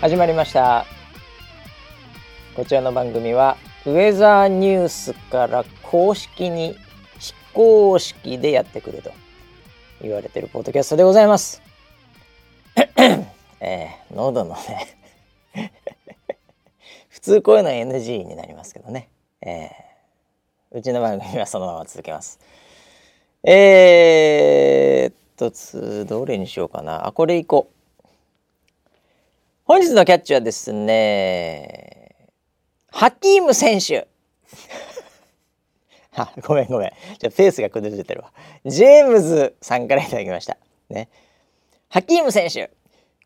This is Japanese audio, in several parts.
始まりました。こちらの番組はウェザーニュースから公式に非公式でやってくると言われているポッドキャストでございます。喉のね普通こういうの NG になりますけどね、うちの番組はそのまま続けます。どれにしようかな。これいこう。本日のキャッチはですね、ハキーム選手ごめんちょっとペースが崩れてるわ。ジェームズさんからいただきましたね。ハキーム選手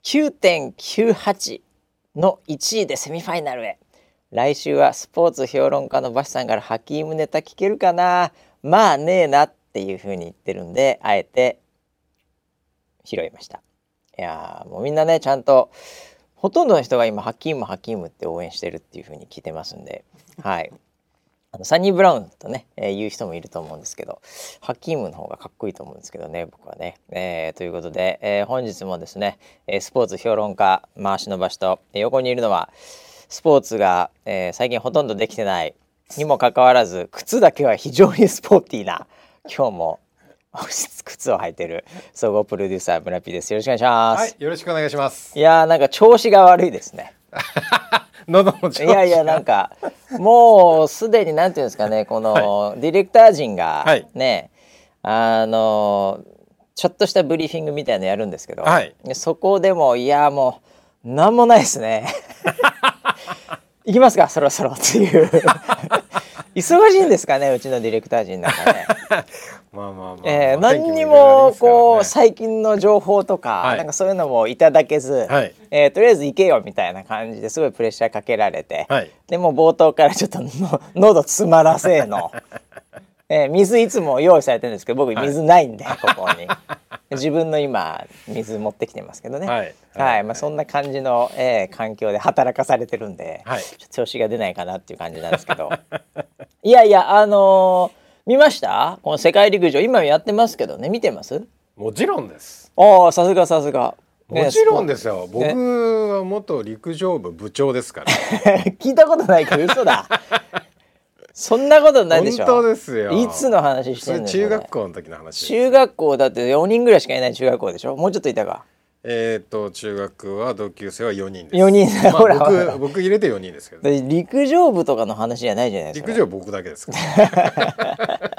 9.98 の1位でセミファイナルへ。来週はスポーツ評論家のバシさんからハキームネタ聞けるかな。まあねえなっていう風に言ってるんで、あえて拾いました。いやもうみんなね、ちゃんとほとんどの人が今ハキームって応援してるっていう風に聞いてますんで、はい。サニー・ブラウンとね、言う人もいると思うんですけど、ハキームの方がかっこいいと思うんですけどね、僕はね。ということで、本日もですね、スポーツ評論家回しのばしと、横にいるのはスポーツが、最近ほとんどできてないにもかかわらず、靴だけは非常にスポーティーな今日も靴を履いてる総合プロデューサー村 P です。よろしくお願いします。 はい、よろしくお願いします。 いやー、なんか調子が悪いですね。 喉の調子が。 いやなんかもうすでになんていうんですかね、このディレクター陣がね、ちょっとしたブリーフィングみたいなのやるんですけど、そこでももうなんもないですね。行きますかそろそろっていう忙しいんですかね、うちのディレクター陣なんかね。何にもこう最近の情報とか、なんかそういうのもいただけず、とりあえず行けよみたいな感じですごいプレッシャーかけられて、でも冒頭からちょっと喉詰まらせの、水いつも用意されてるんですけど、僕水ないんで、ここに自分の今水持ってきてますけどね、そんな感じの、環境で働かされてるんで、調子が出ないかなっていう感じなんですけどいや見ました？この世界陸上今やってますけどね、見てます？ もちろんです。 さすが、 もちろんですよ。僕は元陸上部部長ですから聞いたことないけど嘘だそんなことないでしょ。 本当ですよ。 いつの話してんの？ 中学校の時の話です。 中学校だって4人ぐらいしかいない中学校でしょ。もうちょっといたか。 中学は同級生は4人です。 4人ほら僕入れて4人ですけど、 陸上部とかの話じゃないじゃないですか。 陸上部僕だけですから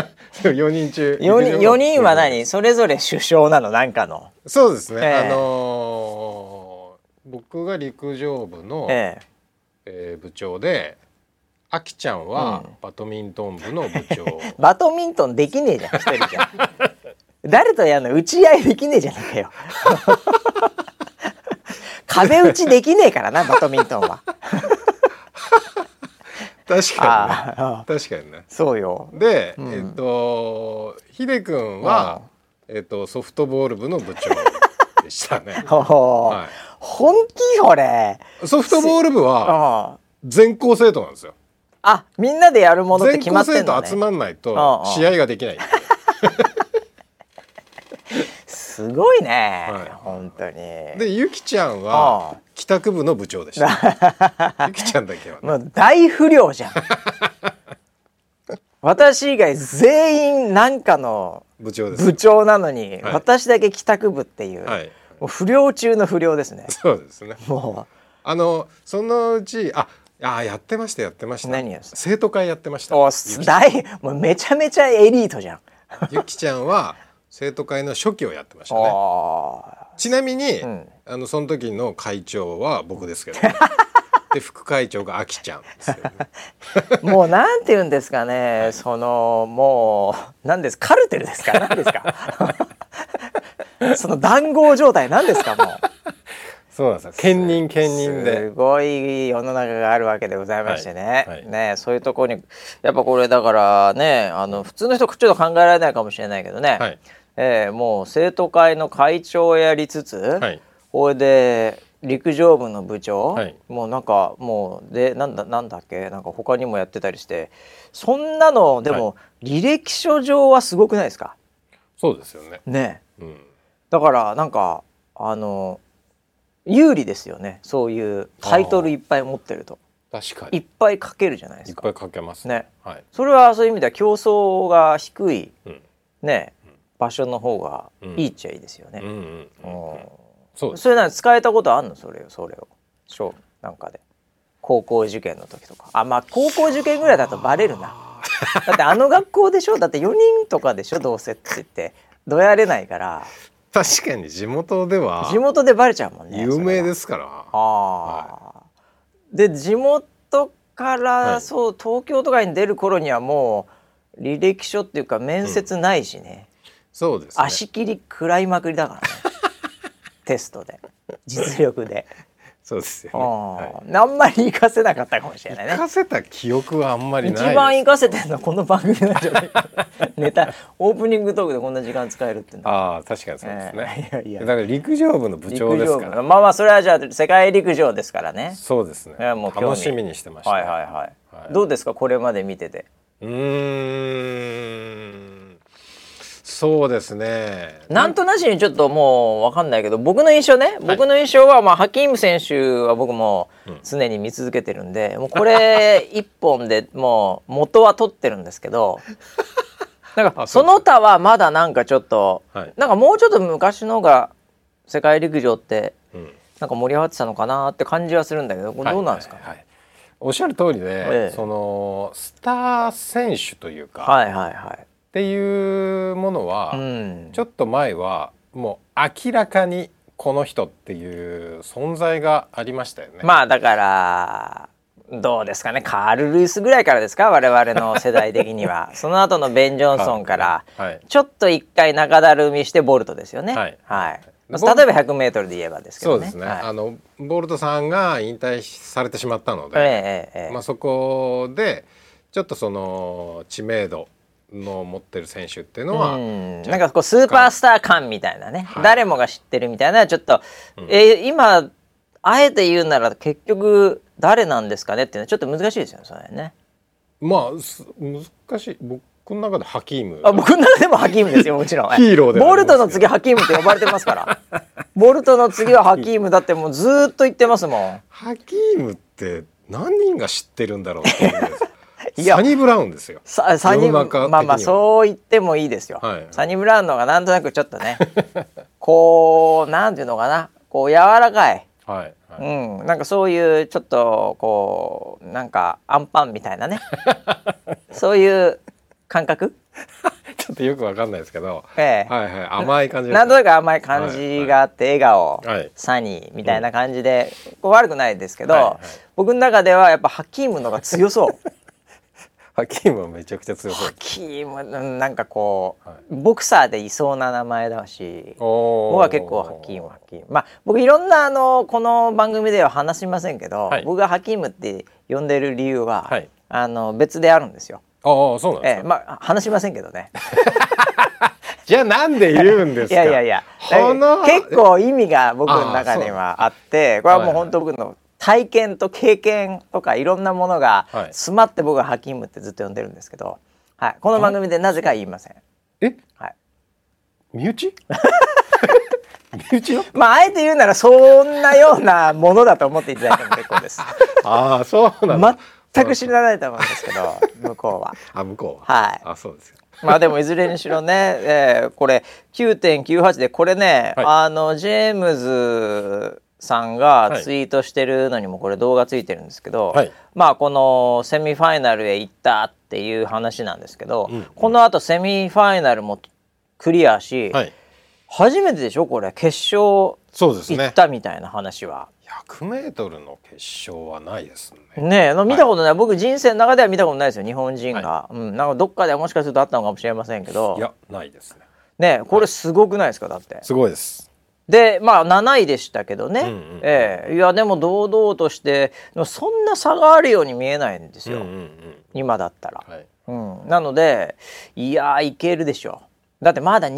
4人中 4人は何？それぞれ首相なの？なんかの。 そうですね、僕が陸上部の、部長で、あきちゃんはバドミントン部の部長、 バドミントンできねえじゃん一人じゃん誰とやんの？打ち合いできねえじゃねえかよ壁打ちできねえからなバドミントンは確かにね。 そうよ。で、 ひでくんは、ソフトボール部の部長でしたね本気これ。 ソフトボール部は全校生徒なんですよ。 みんなでやるものって決まってんのね。 全校生徒集まんないと試合ができないすごいね、本当に。 でゆきちゃんは帰宅部の部長でしたゆきちゃんだけは、ね、 もう大不良じゃん私以外全員なんかの部長なのに、私だけ帰宅部っていう、もう不良中の不良ですね。 そうですね。 もうそのうちやってました。 何や？ 生徒会やってました。 もうめちゃめちゃエリートじゃんゆきちゃんは生徒会の初期をやってましたね。ちなみに、その時の会長は僕ですけど、で副会長があきちゃんですけどねもうなんて言うんですかね、もう何です、カルテルですか？何ですかその談合状態何ですか？もうそうなんですよ。兼任ですごい世の中があるわけでございましてね、そういうところにやっぱこれだからね、普通の人ちょっと考えられないかもしれないけどね、もう生徒会の会長をやりつつ、これで陸上部の部長、もうなんかもうでなんだっけ、なんか他にもやってたりして、そんなのでも、履歴書上はすごくないですか？ そうですよね。 だからなんか有利ですよね。そういうタイトルいっぱい持ってると。 確かにいっぱい書けるじゃないですか。 いっぱい書けますね。 はい、 それはそういう意味では競争が低い、ね、場所の方がいいっちゃいいですよね。それなん使えたことあんの？それを小なんかで高校受験の時とか。まあ高校受験ぐらいだとバレるな。だって学校でしょ。だって4人とかでしょどうせって言ってどやれないから。 確かに地元でバレちゃうもんね。 有名ですから。 はい、で地元から、そう東京とかに出る頃にはもう履歴書っていうか面接ないしね。 そうですね。 足切り食らいまくりだからね。テストで実力で。 そうですよね。 あんまり活かせなかったかもしれないね。 活かせた記憶はあんまりないです。 一番活かせてるのはこの番組なんじゃないか。ネタオープニングトークでこんな時間使えるっていうのは。 確かにそうですね。だから陸上部の部長ですから。 まあそれはじゃあ世界陸上ですからね。 そうですね。もう楽しみにしてました。 どうですかこれまで見てて。 そうですね。 なんとなしにちょっともう分かんないけど僕の印象はハキーム選手は僕も常に見続けてるんで、もうこれ一本でもう元は取ってるんですけどなんかその他はまだなんかちょっと、なんかもうちょっと昔のが世界陸上ってなんか盛り上がってたのかなって感じはするんだけど、これどうなんですか？ おっしゃる通りで、そのスター選手というか、っていうものは、ちょっと前はもう明らかにこの人っていう存在がありましたよね。 まあだからどうですかね、カール・ルイスぐらいからですか我々の世代的には。その後のベン・ジョンソンからちょっと一回中だるみしてボルトですよね。例えば 100m で言えばですけどね。 そうですね。ボルトさんが引退されてしまったので、そこでちょっとその知名度の持ってる選手っていうのは、 なんかこうスーパースター感みたいなね、誰もが知ってるみたいな、ちょっと、今あえて言うなら結局誰なんですかねっていうのはちょっと難しいですよね、それね。 まあ難しい。僕の中でハキーム。 僕の中でもハキームですよ、もちろん。 ヒーローで。 ボルトの次ハキームって呼ばれてますから。ボルトの次はハキームだってもうずっと言ってますもん。 ハキームって何人が知ってるんだろうっていうサニブラウンですよ。 まあそう言ってもいいですよ。サニブラウンの方がなんとなくちょっとねこうなんていうのかな、こう柔らかい、なんかそういうちょっとこうなんかアンパンみたいなねそういう感覚ちょっとよくわかんないですけど、甘い感じです。 なんとなく甘い感じがあって、笑顔、サニーみたいな感じで、こう悪くないですけど、僕の中ではやっぱハキームのが強そう。 ハキームはめちゃくちゃ強そう。 ハキームなんかこう、ボクサーでいそうな名前だし、僕は結構ハキーム。まあ僕いろんなこの番組では話しませんけど、僕がハキームって呼んでる理由は、別であるんですよ。 そうなんですか。 まあ話しませんけどね。 じゃあなんで言うんですか。 いや結構意味が僕の中にはあって、これはもう本当僕の体験と経験とかいろんなものが詰まって僕はハキームってずっと呼んでるんですけど、この番組でなぜか言いません。 身内身内よ。 まああえて言うならそんなようなものだと思っていただいても結構です。 そうなんだ。 全く知らないと思うんですけど、向こうは。 向こうは。そうですよ。 まあでもいずれにしろね、これ 9.98 でこれね、ジェームズさんがツイートしてるのにもこれ動画ついてるんですけど、まあこのセミファイナルへ行ったっていう話なんですけど、このあとセミファイナルもクリアし、初めてでしょこれ決勝行ったみたいな話は。 100m の決勝はないですね。見たことない。僕人生の中では見たことないですよ、日本人が。なんかどっかでもしかするとあったのかもしれませんけど。 いやないですね。これすごくないですか。だってすごいです。 でまあ7位でしたけどね。いやでも堂々としてそんな差があるように見えないんですよ、今だったら。なのでいやいけるでしょ。だってまだ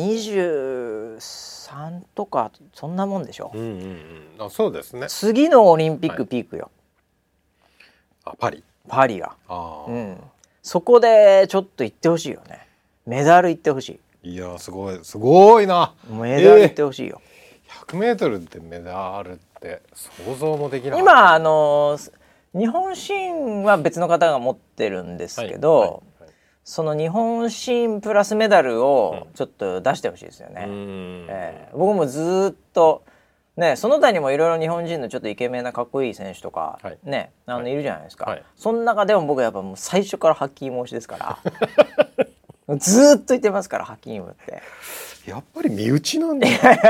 23とかそんなもんでしょ。 そうですね。 次のオリンピックピークよ。 パリが。そこでちょっと行ってほしいよね。メダル行ってほしい。 いやすごいな。 メダル行ってほしいよ。 100m でメダルって想像もできない。 今日本新は別の方が持ってるんですけど、その日本新プラスメダルをちょっと出してほしいですよね。僕もずっとね、その他にもいろいろ日本人のちょっとイケメンなかっこいい選手とかね、いるじゃないですか。その中でも僕はやっぱもう最初からハッキー申しですからずっと言ってますから、ハキームってやっぱり身内なんだ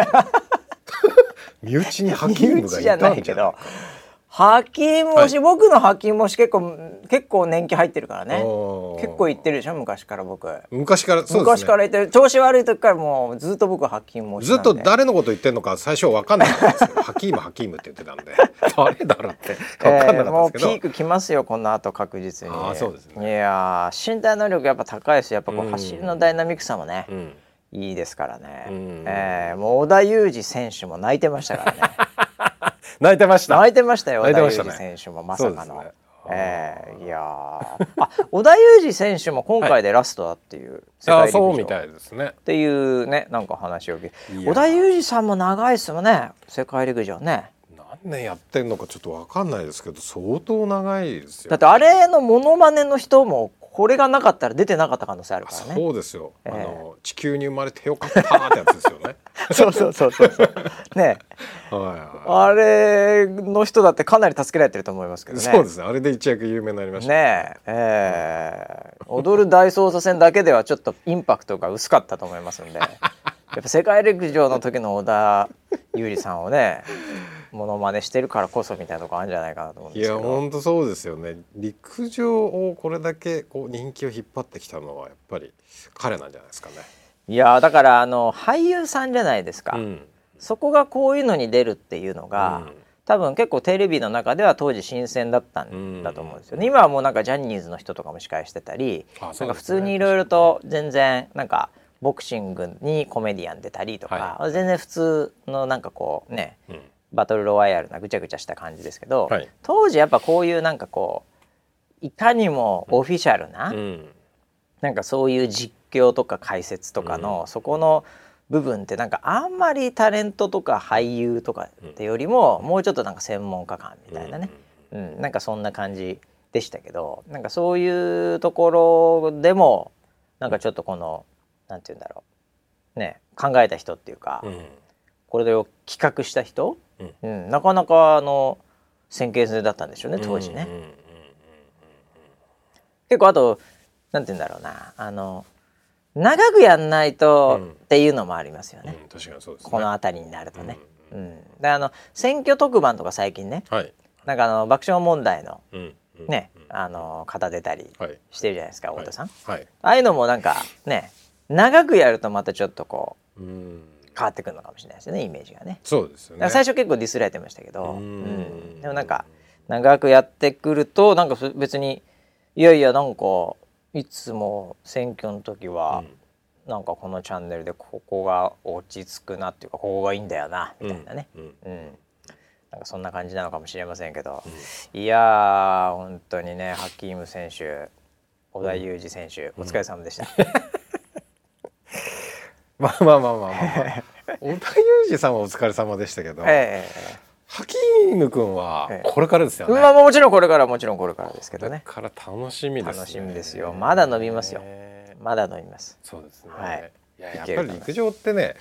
身内にハキームがいたんじゃないけど、ハキーム推し、僕のハキーム推し結構年季入ってるからね。結構言ってるでしょ、昔から僕。 昔から、そうですね。 昔から言ってる。調子悪い時からもうずっと僕はハキーム推しなんで。 ずっと誰のこと言ってんのか最初分かんなかったんですけどハキームって言ってたんで誰だろうって分かんなかったんですけど、 もうピーク来ますよこの後確実に。 そうですね。 いや身体能力やっぱ高いし、やっぱこう走りのダイナミックさもね、いいですからね。もう織田裕二選手も泣いてましたからね泣いてましたよ、 織田裕二選手もまさかの。いや織田裕二選手も今回でラストだっていう世界陸上、 そうみたいですねっていうね、なんか話を聞いて、織田裕二さんも長いですもんね、世界陸上ね。 何年やってんのかちょっと分かんないですけど相当長いですよ。 だってあれのモノマネの人もこれがなかったら出てなかった可能性あるからね。 そうですよ、地球に生まれてよかったってやつですよねそうねあれの人だってかなり助けられてると思いますけどね。 そうですね、あれで一躍有名になりましたね。踊る大捜査線だけではちょっとインパクトが薄かったと思いますんでやっぱ世界陸上の時の織田裕二さんをねモノマネしてるからこそみたいなとこあるんじゃないかなと思うんですけど。 いや本当そうですよね。陸上をこれだけこう人気を引っ張ってきたのはやっぱり彼なんじゃないですかね。 いやだから俳優さんじゃないですか、そこがこういうのに出るっていうのが、多分結構テレビの中では当時新鮮だったんだと思うんですよね。今はもうなんかジャニーズの人とかも司会してたり、なんか普通にいろいろと全然なんかボクシングにコメディアン出たりとか、全然普通のなんかこうね、バトルロワイヤルなぐちゃぐちゃした感じですけど、当時やっぱこういうなんかこういかにもオフィシャルな、なんかそういう実況とか解説とかの、そこの部分ってなんかあんまりタレントとか俳優とかってよりも、もうちょっとなんか専門家感みたいなね、なんかそんな感じでしたけど、なんかそういうところでもなんかちょっとこのなんていうんだろうね、考えた人っていうか、これを企画した人、なかなか先見性だったんでしょうね当時ね。結構あとなんていうんだろうな、長くやんないとっていうのもありますよね。 確かにそうですね。 この辺りになるとね。で選挙特番とか最近ね、なんか爆笑問題のね方出たりしてるじゃないですか、太田さん。ああいうのもなんかね長くやるとまたちょっとこう変わってくるのかもしれないですよね、イメージがね。 そうですよね。 最初結構ディスられてましたけど、でもなんか長くやってくるとなんか別にいやいやなんかいつも選挙の時はなんかこのチャンネルでここが落ち着くなっていうかここがいいんだよなみたいなね、なんかそんな感じなのかもしれませんけど、いやー本当にね、ハキーム選手、織田裕二選手、お疲れ様でした。 まあ織田裕二さんはお疲れ様でしたけど、ハキーム君はこれからですよね。 もちろんこれからですけどね。 これから楽しみですね。 楽しみですよ。まだ伸びますよ。まだ伸びます。 そうですね。いややっぱり陸上ってね、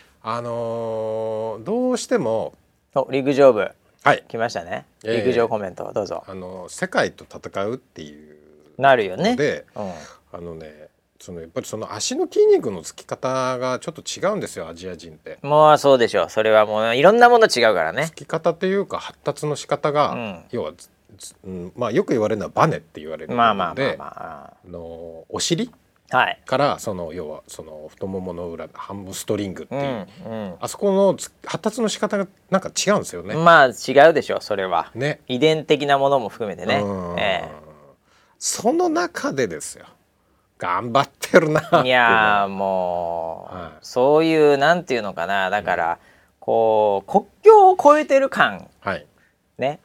どうしても陸上部来ましたね。陸上コメントどうぞ。 世界と戦うっていうなるよね。 で、やっぱりその足の筋肉のつき方がちょっと違うんですよ、アジア人って。 もうそうでしょう。それはもういろんなもの違うからね。 つき方というか発達の仕方が、要はまあよく言われるのはバネって言われるので、お尻から要はその太ももの裏ハムストリングっていう、あそこの発達の仕方がなんか違うんですよね。 まあ違うでしょう、それはね。遺伝的なものも含めてね。 その中でですよ、頑張ってるなっていう。 いやもう、そういうなんていうのかな、だからこう国境を越えてる感、ね、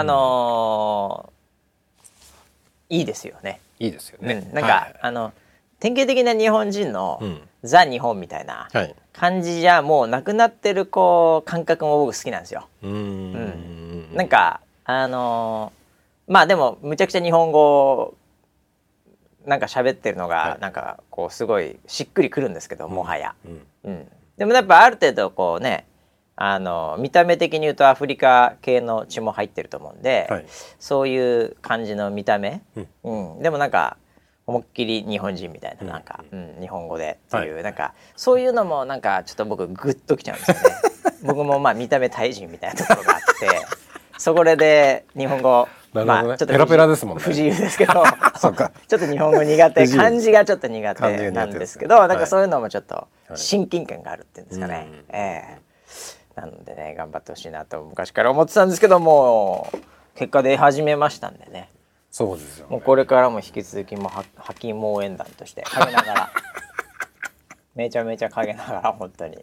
いいですよね。 いいですよね。 なんか典型的な日本人のザ日本みたいな感じじゃもうなくなってるこう感覚も僕好きなんですよ。なんかまあでもむちゃくちゃ日本語なんか喋ってるのがなんかこうすごいしっくりくるんですけど、もはや、でもやっぱある程度こうね見た目的に言うとアフリカ系の血も入ってると思うんで、そういう感じの見た目、でもなんか思いっきり日本人みたいななんか、日本語でっていう、なんかそういうのもなんかちょっと僕グッときちゃうんですよね。僕もまあ見た目タイ人みたいなところがあってそこで日本語まあちょっとペラペラですもんね。 不自由ですけどちょっと日本語苦手漢字がちょっと苦手なんですけど、なんかそういうのもちょっと親近感があるっていうんですかね。なのでね頑張ってほしいなと昔から思ってたんですけども結果出始めましたんでね。 そうですよね。 もうこれからも引き続きも覇気応援団として陰ながらめちゃめちゃ陰ながら本当に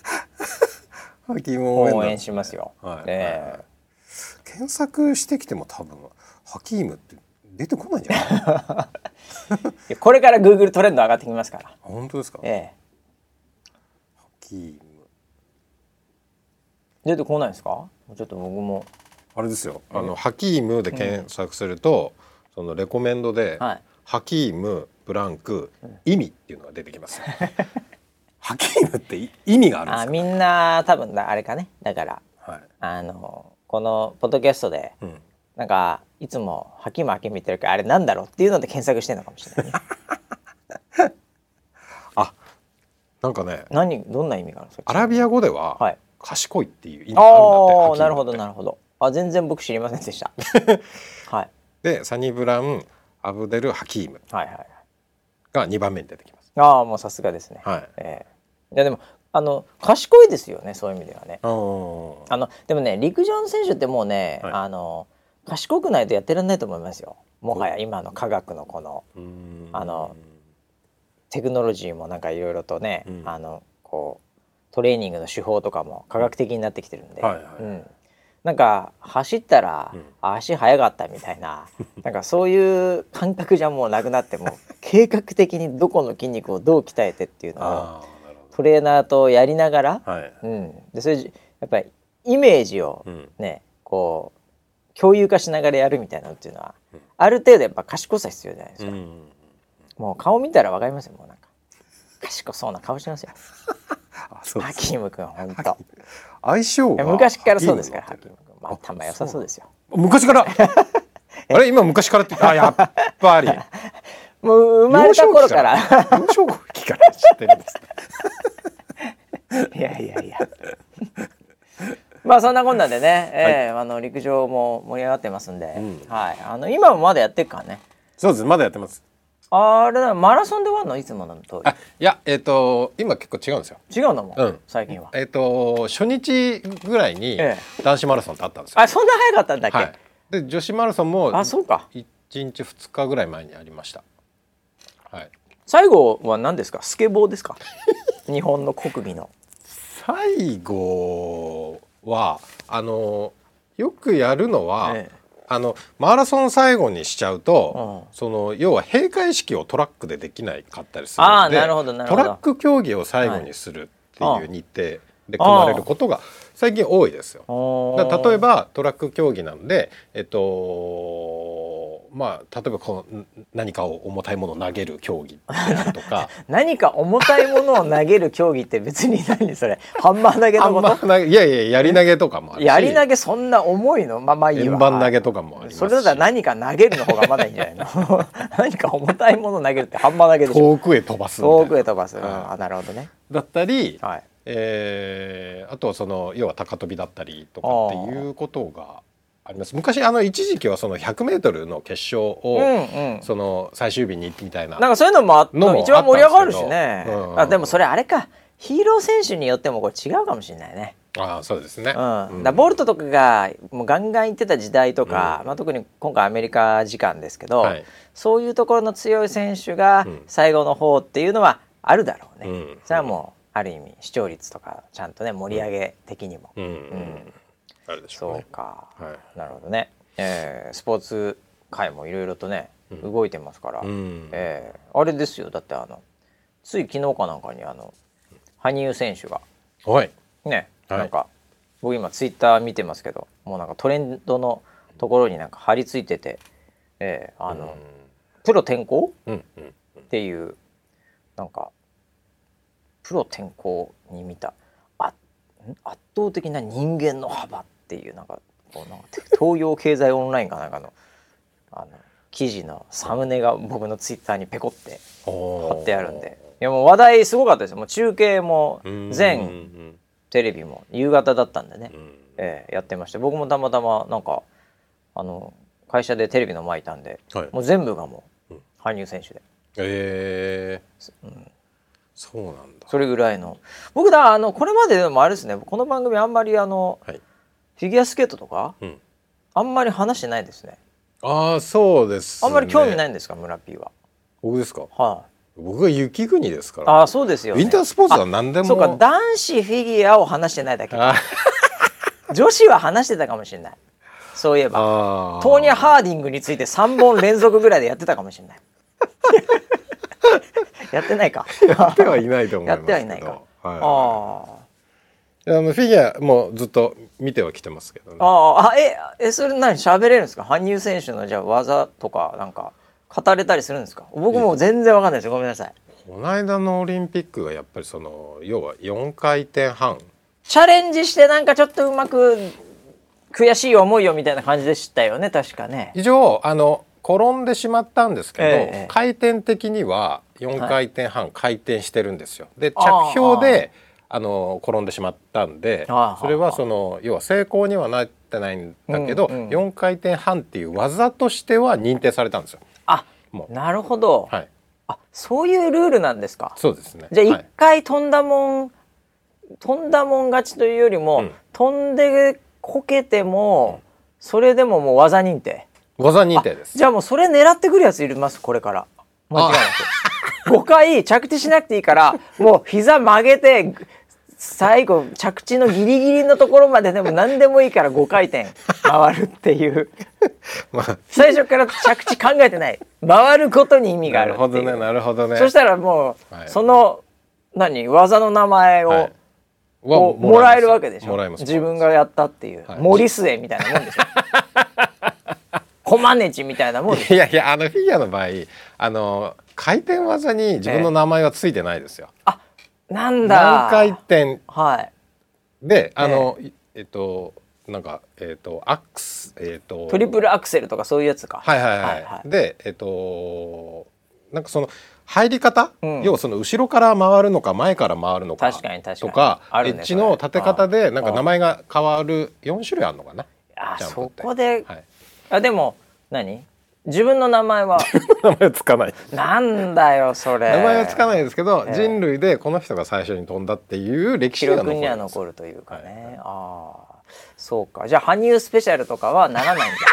応援しますよ。 検索してきても多分ハキームって出てこないんじゃないこれから Google トレンド上がってきますから。 本当ですか？ハキーム出てこないですか？ちょっと僕もあれですよ、ハキームで検索すると、そのレコメンドで、ハキームブランク意味っていうのが出てきますハキームって意味があるんですか？ みんな多分あれかね、だから、このポッドキャストで、なんかいつもハキームハキーム言ってるからあれなんだろうっていうので検索してるのかもしれないねなんかね、 どんな意味があるんですか？ アラビア語では、賢いっていう意味があるんだって。 なるほどなるほど。全然僕知りませんでしたでサニブラン・アブデル・ハキームが2番目に出てきます。 もうさすがですね。いやでも賢いですよね、そういう意味ではね。でもね陸上の選手ってもうね、賢くないとやってらんないと思いますよ。もはや今の科学のこのテクノロジーもなんかいろいろとね、こうトレーニングの手法とかも科学的になってきてるんで、なんか走ったら足速かったみたいな、なんかそういう感覚じゃもうなくなっても計画的にどこの筋肉をどう鍛えてっていうのをトレーナーとやりながら、でそれやっぱりイメージをね、こう共有化しながらやるみたいなのっていうのは、ある程度やっぱ賢さ必要じゃないですか。もう顔見たらわかりますよ。もうなんか賢そうな顔してますよハキーム君本当。 相性が昔からそうですから、ハキーム君頭良さそうですよ。 昔からあれ今昔からってやっぱりもう生まれた頃から幼少期から知ってるんですいやまあそんなこんなでね、陸上も盛り上がってますんで、今もまだやってるからね。 そうです、まだやってます。 あれだ、マラソンで終わるのいつもの通り？ いや今結構違うんですよ。 違うのも、最近は初日ぐらいに男子マラソンってあったんですよ。 そんな早かったんだっけ？ で女子マラソンもそうか、 1日2日ぐらい前にありました。 最後は何ですか？スケボーですか？日本の国技の最後はよくやるのは、マラソン最後にしちゃうと、その要は閉会式をトラックでできないかったりするので、トラック競技を最後にするっていう日程で組まれることが最近多いですよ。例えばトラック競技なんで、例えばこの何かを重たいものを投げる競技であるとか何か重たいものを投げる競技って別に何それ？ハンマー投げのこと？ いややり投げとかもあるし、 やり投げそんな重いの？まあいいわ。 円盤投げとかもありますし、 それだったら何か投げるの方がまだいいんじゃないの？何か重たいものを投げるってハンマー投げでしょ。 遠くへ飛ばすみたいな。 遠くへ飛ばす、なるほどね。 だったり、あとはその要は高跳びだったりとかっていうことがあります。昔一時期はその 100m の決勝を、その最終日にみたいな、 なんかそういうのも一番盛り上がるしね。でもそれあれか、ヒーロー選手によってもこれ違うかもしれないね。 そうですね。 だボルトとかがもうガンガン行ってた時代とか、特に今回アメリカ時間ですけど、そういうところの強い選手が最後の方っていうのはあるだろうね。それはもうある意味視聴率とかちゃんとね盛り上げ的にも。 あるでしょうね。 そうか、なるほどね。スポーツ界もいろいろとね動いてますから、あれですよ、だってつい昨日かなんかに羽生選手がね、 なんか僕今ツイッター見てますけど、もうなんかトレンドのところになんか貼り付いてて、プロ転向、っていうなんかプロ転向に見た圧倒的な人間の幅っていうなんか東洋経済オンラインかなんかの記事のサムネが僕のツイッターにペコって貼ってあるんで、いやもう話題すごかったですよ。もう中継も全テレビも夕方だったんでね、やってまして、僕もたまたまなんか会社でテレビの前いたんで、もう全部がもう羽生選手で、 そうなんだ。 それぐらいの僕だこれまででもあれですね、この番組あんまりフィギュアスケートとか、あんまり話してないですね。 ああそうですね。 あんまり興味ないんですか、村 P は。 僕ですか。 はい、 僕は雪国ですから。 あそうですよね。 ウィンタースポーツは何でも。 そうか、男子フィギュアを話してないだけ。女子は話してたかもしれない。そういえばトーニャ・ハーディングについて3本連続ぐらいでやってたかもしれない。やってないか。 やってはいないと思いますけど。 やってはいないか。 フィギュアもずっと見てはきてますけどね。 それ何喋れるんですか。羽生選手のじゃあ技とかなんか語れたりするんですか。僕も全然わかんないですよ、ごめんなさい。 この間のオリンピックがやっぱり要は4回転半チャレンジしてなんかちょっとうまく悔しい思いをみたいな感じでしたよね、確かね。 以上転んでしまったんですけど、回転的には4回転半回転してるんですよ。で着氷で転んでしまったんで、それは要は成功にはなってないんだけど、4回転半っていう技としては認定されたんですよ。 なるほど。そういうルールなんですか。 そうですね。 じゃあ1回飛んだもん勝ちというよりも、飛んでこけても、それでももう技認定です。じゃあもうそれ狙ってくるやついます、これから。間違いなく5回着地しなくていいから、もう膝曲げて最後着地のギリギリのところまででも何でもいいから5回転回るっていう最初から着地考えてない、回ることに意味があるっていう。 なるほどね。 そしたらもう、その技の名前を、もらえるわけでしょ。自分がやったっていう、森末みたいなもんでしょ。コマネチみたいなもんでしょ。 いやフィギュアの場合回転技に自分の名前はついてないですよ。 なんだ。 何回転でなんかトリプルアクセルとかそういうやつか。 でなんか入り方、要は後ろから回るのか前から回るのかとか、エッジの立て方でなんか名前が変わる4種類あるのかな。 そこで、でも自分の名前は名前はつかない。 なんだよそれ。 名前はつかないですけど、人類でこの人が最初に飛んだっていう歴史が記録には残るというかね。そうか。じゃあ羽生スペシャルとかはならないんだ。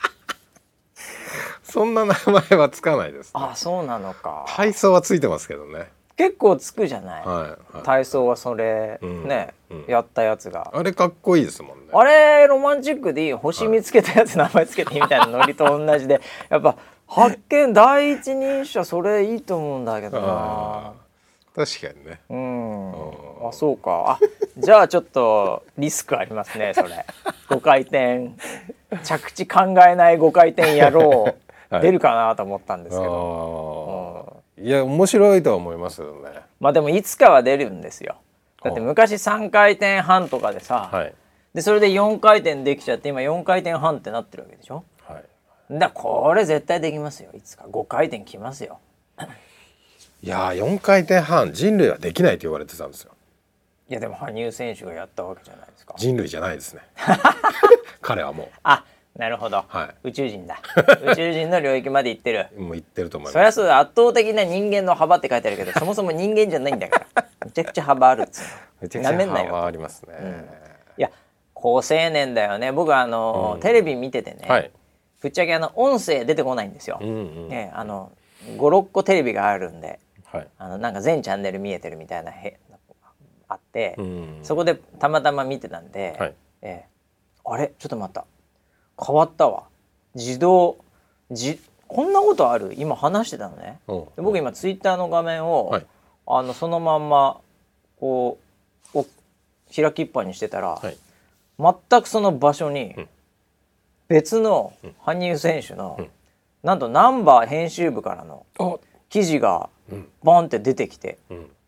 そんな名前はつかないです、ね。 そうなのか。 体操はついてますけどね。 結構つくじゃない。体操はそれ、やったやつが。 あれかっこいいですもんね。 あれロマンチックでいいよ。星見つけたやつ名前つけてみたいなノリと同じで、やっぱ発見第一人者それいいと思うんだけどな。 確かにね。 そうか。じゃあちょっとリスクありますねそれ。5回転着地考えない5回転やろう出るかなと思ったんですけど。 いや面白いとは思いますよね。 でもいつかは出るんですよ。だって昔3回転半とかでさ、でそれで4回転できちゃって今4回転半ってなってるわけでしょ。これ絶対できますよ。いつか5回転きますよ。 いや4回転半人類はできないと言われてたんですよ。 いやでも羽生選手がやったわけじゃないですか。 人類じゃないですね。彼はもう。 なるほど、宇宙人だ。宇宙人の領域まで行ってる。 もう行ってると思います。 そりゃそうだ。圧倒的な人間の幅って書いてあるけど、そもそも人間じゃないんだからめちゃくちゃ幅あるっつうの。 めちゃくちゃ幅ありますね。 いや好青年だよね。僕テレビ見ててね、ぶっちゃけ音声出てこないんですよ。5,6 個テレビがあるんで、なんか全チャンネル見えてるみたいなあって、そこでたまたま見てたんで、あれちょっと待った、変わったわ。こんなことある？今話してたのね。僕今ツイッターの画面を、そのまんまこう開きっぱにしてたら、 はい、 全くその場所に別の羽生選手の、なんとナンバー編集部からの記事がボンって出てきて、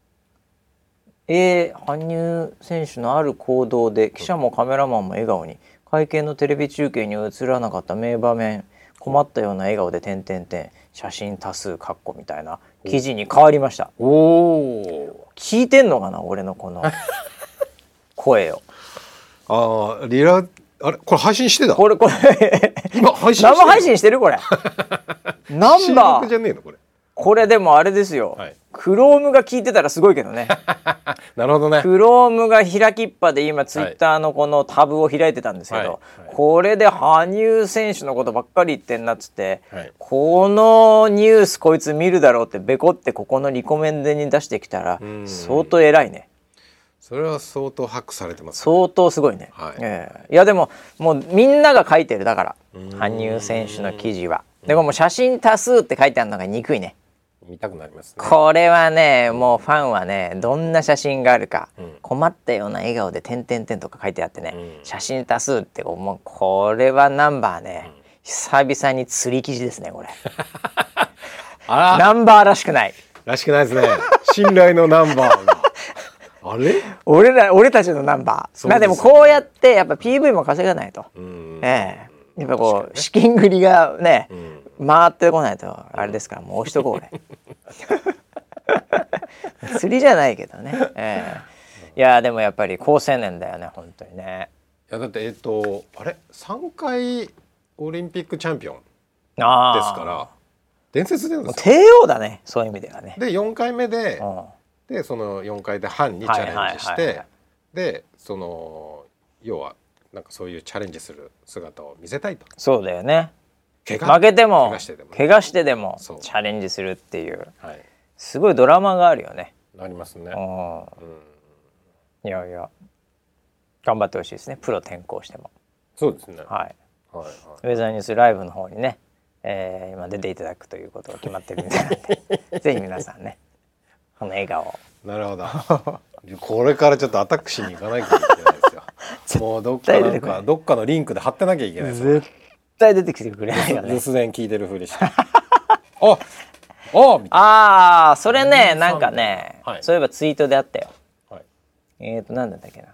羽生選手のある行動で記者もカメラマンも笑顔に、会見のテレビ中継に映らなかった名場面、困ったような笑顔で写真多数括弧みたいな記事に変わりました。聞いてんのかな俺のこの声を。 あれこれ配信してた？ これ今配信してる？ 生配信してるこれ。ナンバーじゃねえのこれ。 これでもあれですよ。クロームが聞いてたらすごいけどね。 なるほどね。 クロームが開きっぱで今ツイッターのこのタブを開いてたんですけど、これで羽生選手のことばっかり言ってんなっつって、このニュースこいつ見るだろうってベコってここのリコメンデに出してきたら相当偉いね。 それは相当ハックされてますね。 相当すごいね。いやでももうみんなが書いてるだから羽生選手の記事は。でももう写真多数って書いてあるのが憎いね。 見たくなりますね。 これはねもうファンはねどんな写真があるか、困ったような笑顔で点々点とか書いてあってね、写真多数ってもうこれはナンバーね、久々に釣り記事ですねこれ。ナンバーらしくないですね。信頼のナンバーがあれ俺たちのナンバー、まあでもこうやってやっぱ PV も稼がないと、やっぱこう資金繰りがね、回ってこないとあれですから、もう押しとこう俺。釣りじゃないけどね、いやでもやっぱり好青年だよね本当にね。 いやだってあれ3回オリンピックチャンピオンですから伝説でですよ。帝王だねそういう意味ではね。 で4回目で、でその4回で半にチャレンジして、でその要はなんかそういうチャレンジする姿を見せたいと。 そうだよね。負けても怪我してでもチャレンジするっていう、すごいドラマがあるよね。 ありますね。 いやいや頑張ってほしいですね、プロ転向しても。 そうですね。 ウェザーニュースライブの方にね、今出ていただくということが決まってるみたいなんでぜひ皆さんねこの笑顔。 なるほど。これからちょっとアタックしに行かないといけないですよ。もうどっかのリンクで貼ってなきゃいけないですよ。 絶対出てきてくれないよね。 留守電聞いてるふりして。 それねなんかね、そういえばツイートであったよ。なんだったっけな。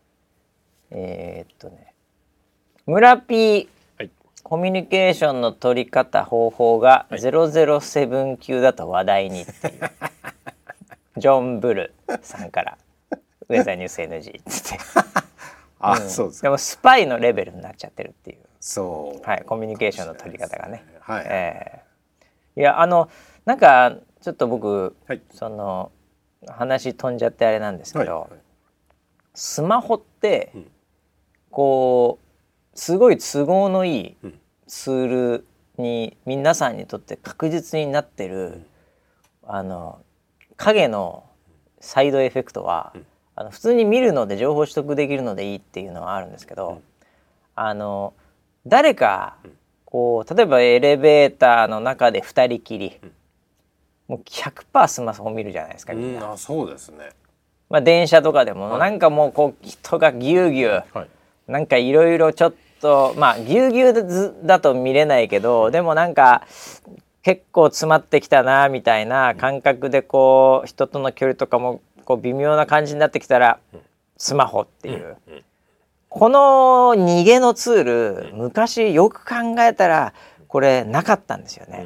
村 P、コミュニケーションの取り方方法が007級だと話題にっていう、ジョン・ブルさんからウェザーニュース NG っつってそうです。 でもスパイのレベルになっちゃってるっていう。 そう、 コミュニケーションの取り方がね。いやなんかちょっと僕、その話飛んじゃってあれなんですけど、スマホって、こうすごい都合のいいツールに皆さんにとって確実になってる、影のサイドエフェクトは、普通に見るので情報取得できるのでいいっていうのはあるんですけど、誰かこう例えばエレベーターの中で2人きり、もう 100% スマホ見るじゃないですかみんな。 そうですね。 電車とかでもなんかもうこう人がぎゅうぎゅう、なんかいろいろちょっとぎゅうぎゅうだと見れないけど、でもなんか結構詰まってきたなみたいな感覚でこう人との距離とかもこう微妙な感じになってきたらスマホっていう、この逃げのツール、昔よく考えたらこれなかったんですよね。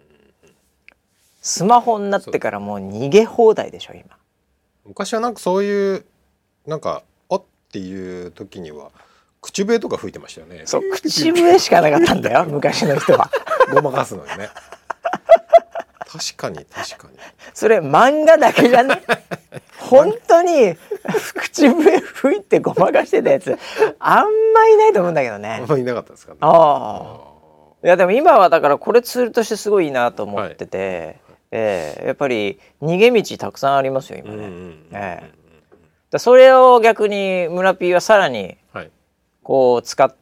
スマホになってからもう逃げ放題でしょ今。 昔はなんかそういうなんかっていう時には口笛とか吹いてましたよね。 そう、口笛しかなかったんだよ昔の人は。 ごまかすのにね。確かにそれ漫画だけじゃね。本当に口笛吹いてごまかしてたやつあんまいないと思うんだけどね。 あんまいなかったですかね。 いやでも今はだからこれツールとしてすごいいいなと思ってて、やっぱり逃げ道たくさんありますよ今ね。それを逆に村 P はさらにこう使って、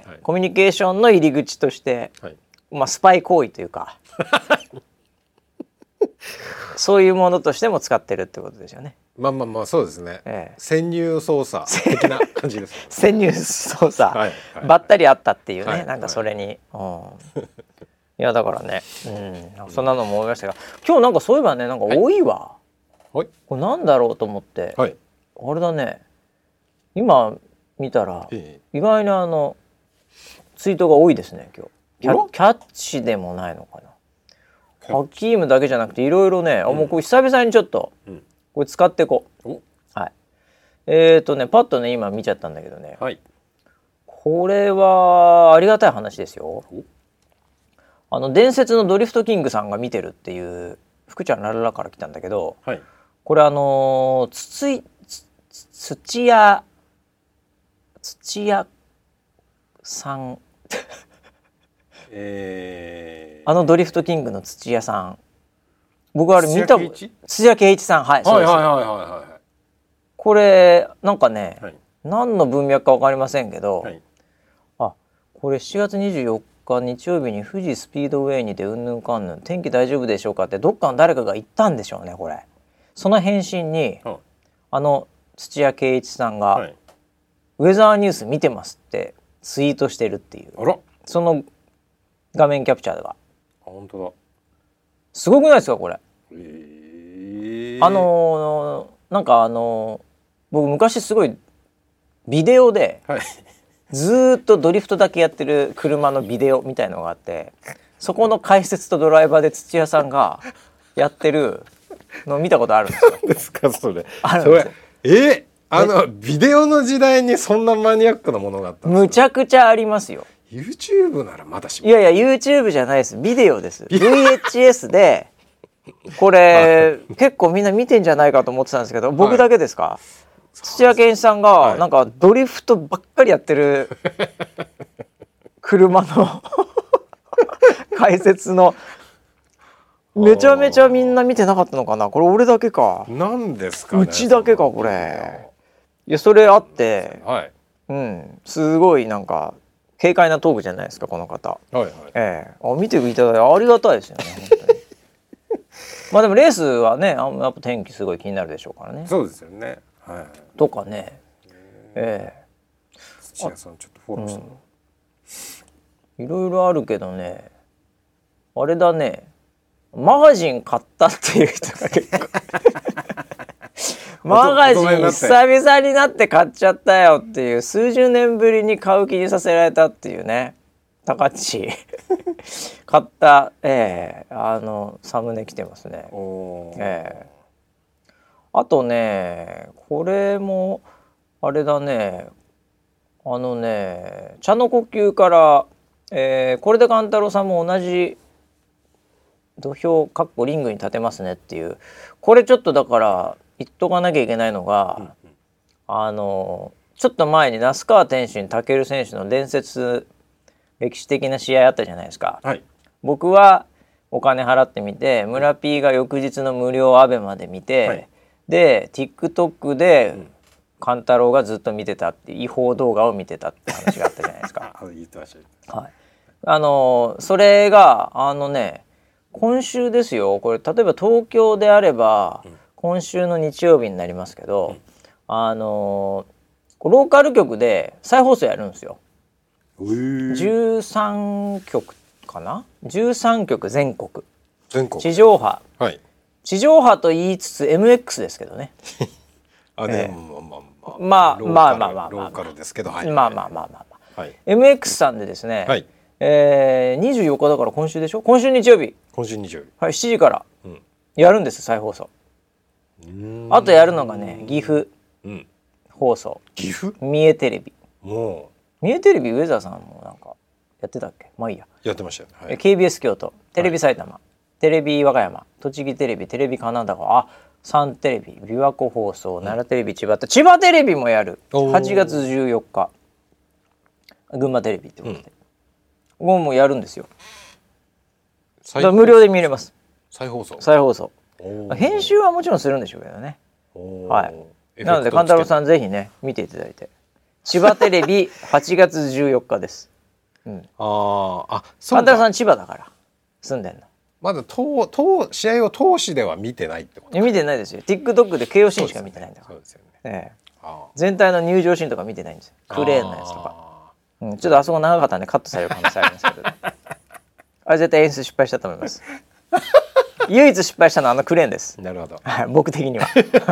コミュニケーションの入り口として、スパイ行為というかそういうものとしても使ってるってことですよね。 まあそうですね、潜入捜査的な感じです、ね、 潜入捜査、はいはい、ばったりあったっていうね、はい、なんかそれに、はい、いやだからね、そんなのも思いましたが、今日なんかそういえばね、なんか多いわ、はい、これなんだろうと思って、はい、あれだね、今見たら、意外にツイートが多いですね今日。キャッチでもないのかな、ハキームだけじゃなくていろいろね、もうこれ久々にちょっと、これ使っていこう。はい。パッとね今見ちゃったんだけどね、はい、これはありがたい話ですよ。伝説のドリフトキングさんが見てるっていう福ちゃんラララから来たんだけど、はい、これ土屋さんドリフトキングの土屋さん、僕あれ見た、土屋圭一さん、はい、そうです。これなんかね、はい、何の文脈か分かりませんけど、はい、これ7月24日日曜日に富士スピードウェイにてうんぬんかんぬん天気大丈夫でしょうかってどっかの誰かが言ったんでしょうね。これその返信に、土屋圭一さんが、はい、ウェザーニュース見てますってツイートしてるっていう、その画面キャプチャーが本当だ、 すごくないですかこれ。なんか僕昔すごいビデオで、はい、ずっとドリフトだけやってる車のビデオみたいのがあって、そこの解説とドライバーで土屋さんがやってるのを見たことあるんですよ。 何ですかそれ。あるんですよ。ビデオの時代にそんなマニアックなものがあったんですか。 むちゃくちゃありますよ。 YouTube ならまだしも。 いや YouTube じゃないです。ビデオです。VHS でこれ結構みんな見てんじゃないかと思ってたんですけど、僕だけですか、はい、土屋健一さんがなんかドリフトばっかりやってる車の解説のめちゃめちゃみんな見てなかったのかな。これ俺だけか。 なんですかね。 うちだけかこれ。いやそれあって、はい、すごいなんか軽快なトークじゃないですかこの方。はいはい、見ていただいてありがたいですよね本当に。まあでもレースはねやっぱ天気すごい気になるでしょうからね。 そうですよね。はい。 とかね。 土屋さんちょっとフォローして、 いろいろあるけどね、あれだね、マガジン買ったっていう人が結構マガジン久々になって買っちゃったよっていう、数十年ぶりに買う気にさせられたっていうね、高知買った、サムネ来てますね。あとねこれもあれだね、茶の呼吸から、これで勘太郎さんも同じ土俵リングに立てますねっていう、これちょっとだから言っとかなきゃいけないのが、ちょっと前に那須川天心武選手の伝説歴史的な試合あったじゃないですか、はい、僕はお金払ってみて、村 P が翌日の無料アベマで見て、はい、で TikTok で勘太郎がずっと見てたって違法動画を見てたって話があったじゃないですか。 言ってました、 はい、それが今週ですよ。これ例えば東京であれば、今週の日曜日になりますけど、ローカル局で再放送やるんですよ。13局かな、13局全国地上波、はい、地上波と言いつつ MX ですけどね。 でもまあローカルですけど、はい、 まあ、MX さんでですね、はい、24日だから今週でしょ、今週日曜日、はい、7時からやるんです、再放送。あとやるのがね、岐阜放送、 岐阜三重テレビ、三重テレビウェザーさんもなんかやってたっけ、まあいいや、 やってましたよね、はい、 KBS 京都、テレビ埼玉、はい、テレビ和歌山、栃木テレビ、テレビ金沢、サンテレビ、琵琶湖放送、奈良テレビ、千葉テレビもやる。8月14日群馬テレビってことで、もうやるんですよ。だから無料で見れます。再放送。編集はもちろんするんでしょうけどね。はい。なので勘太郎さんぜひね見ていただいて。千葉テレビ8月14日です。勘太郎さん千葉だから住んでんの。 まだ試合を通しでは見てないってこと？ 見てないですよ。 TikTok で KO シーンしか見てないんだから。そうですよね。全体の入場シーンとか見てないんですよ。クレーンのやつとか、ちょっとあそこ長かったんでカットされる可能性ありますけどあれ絶対演出失敗したと思います唯一失敗したのはクレーンです。 なるほど僕的には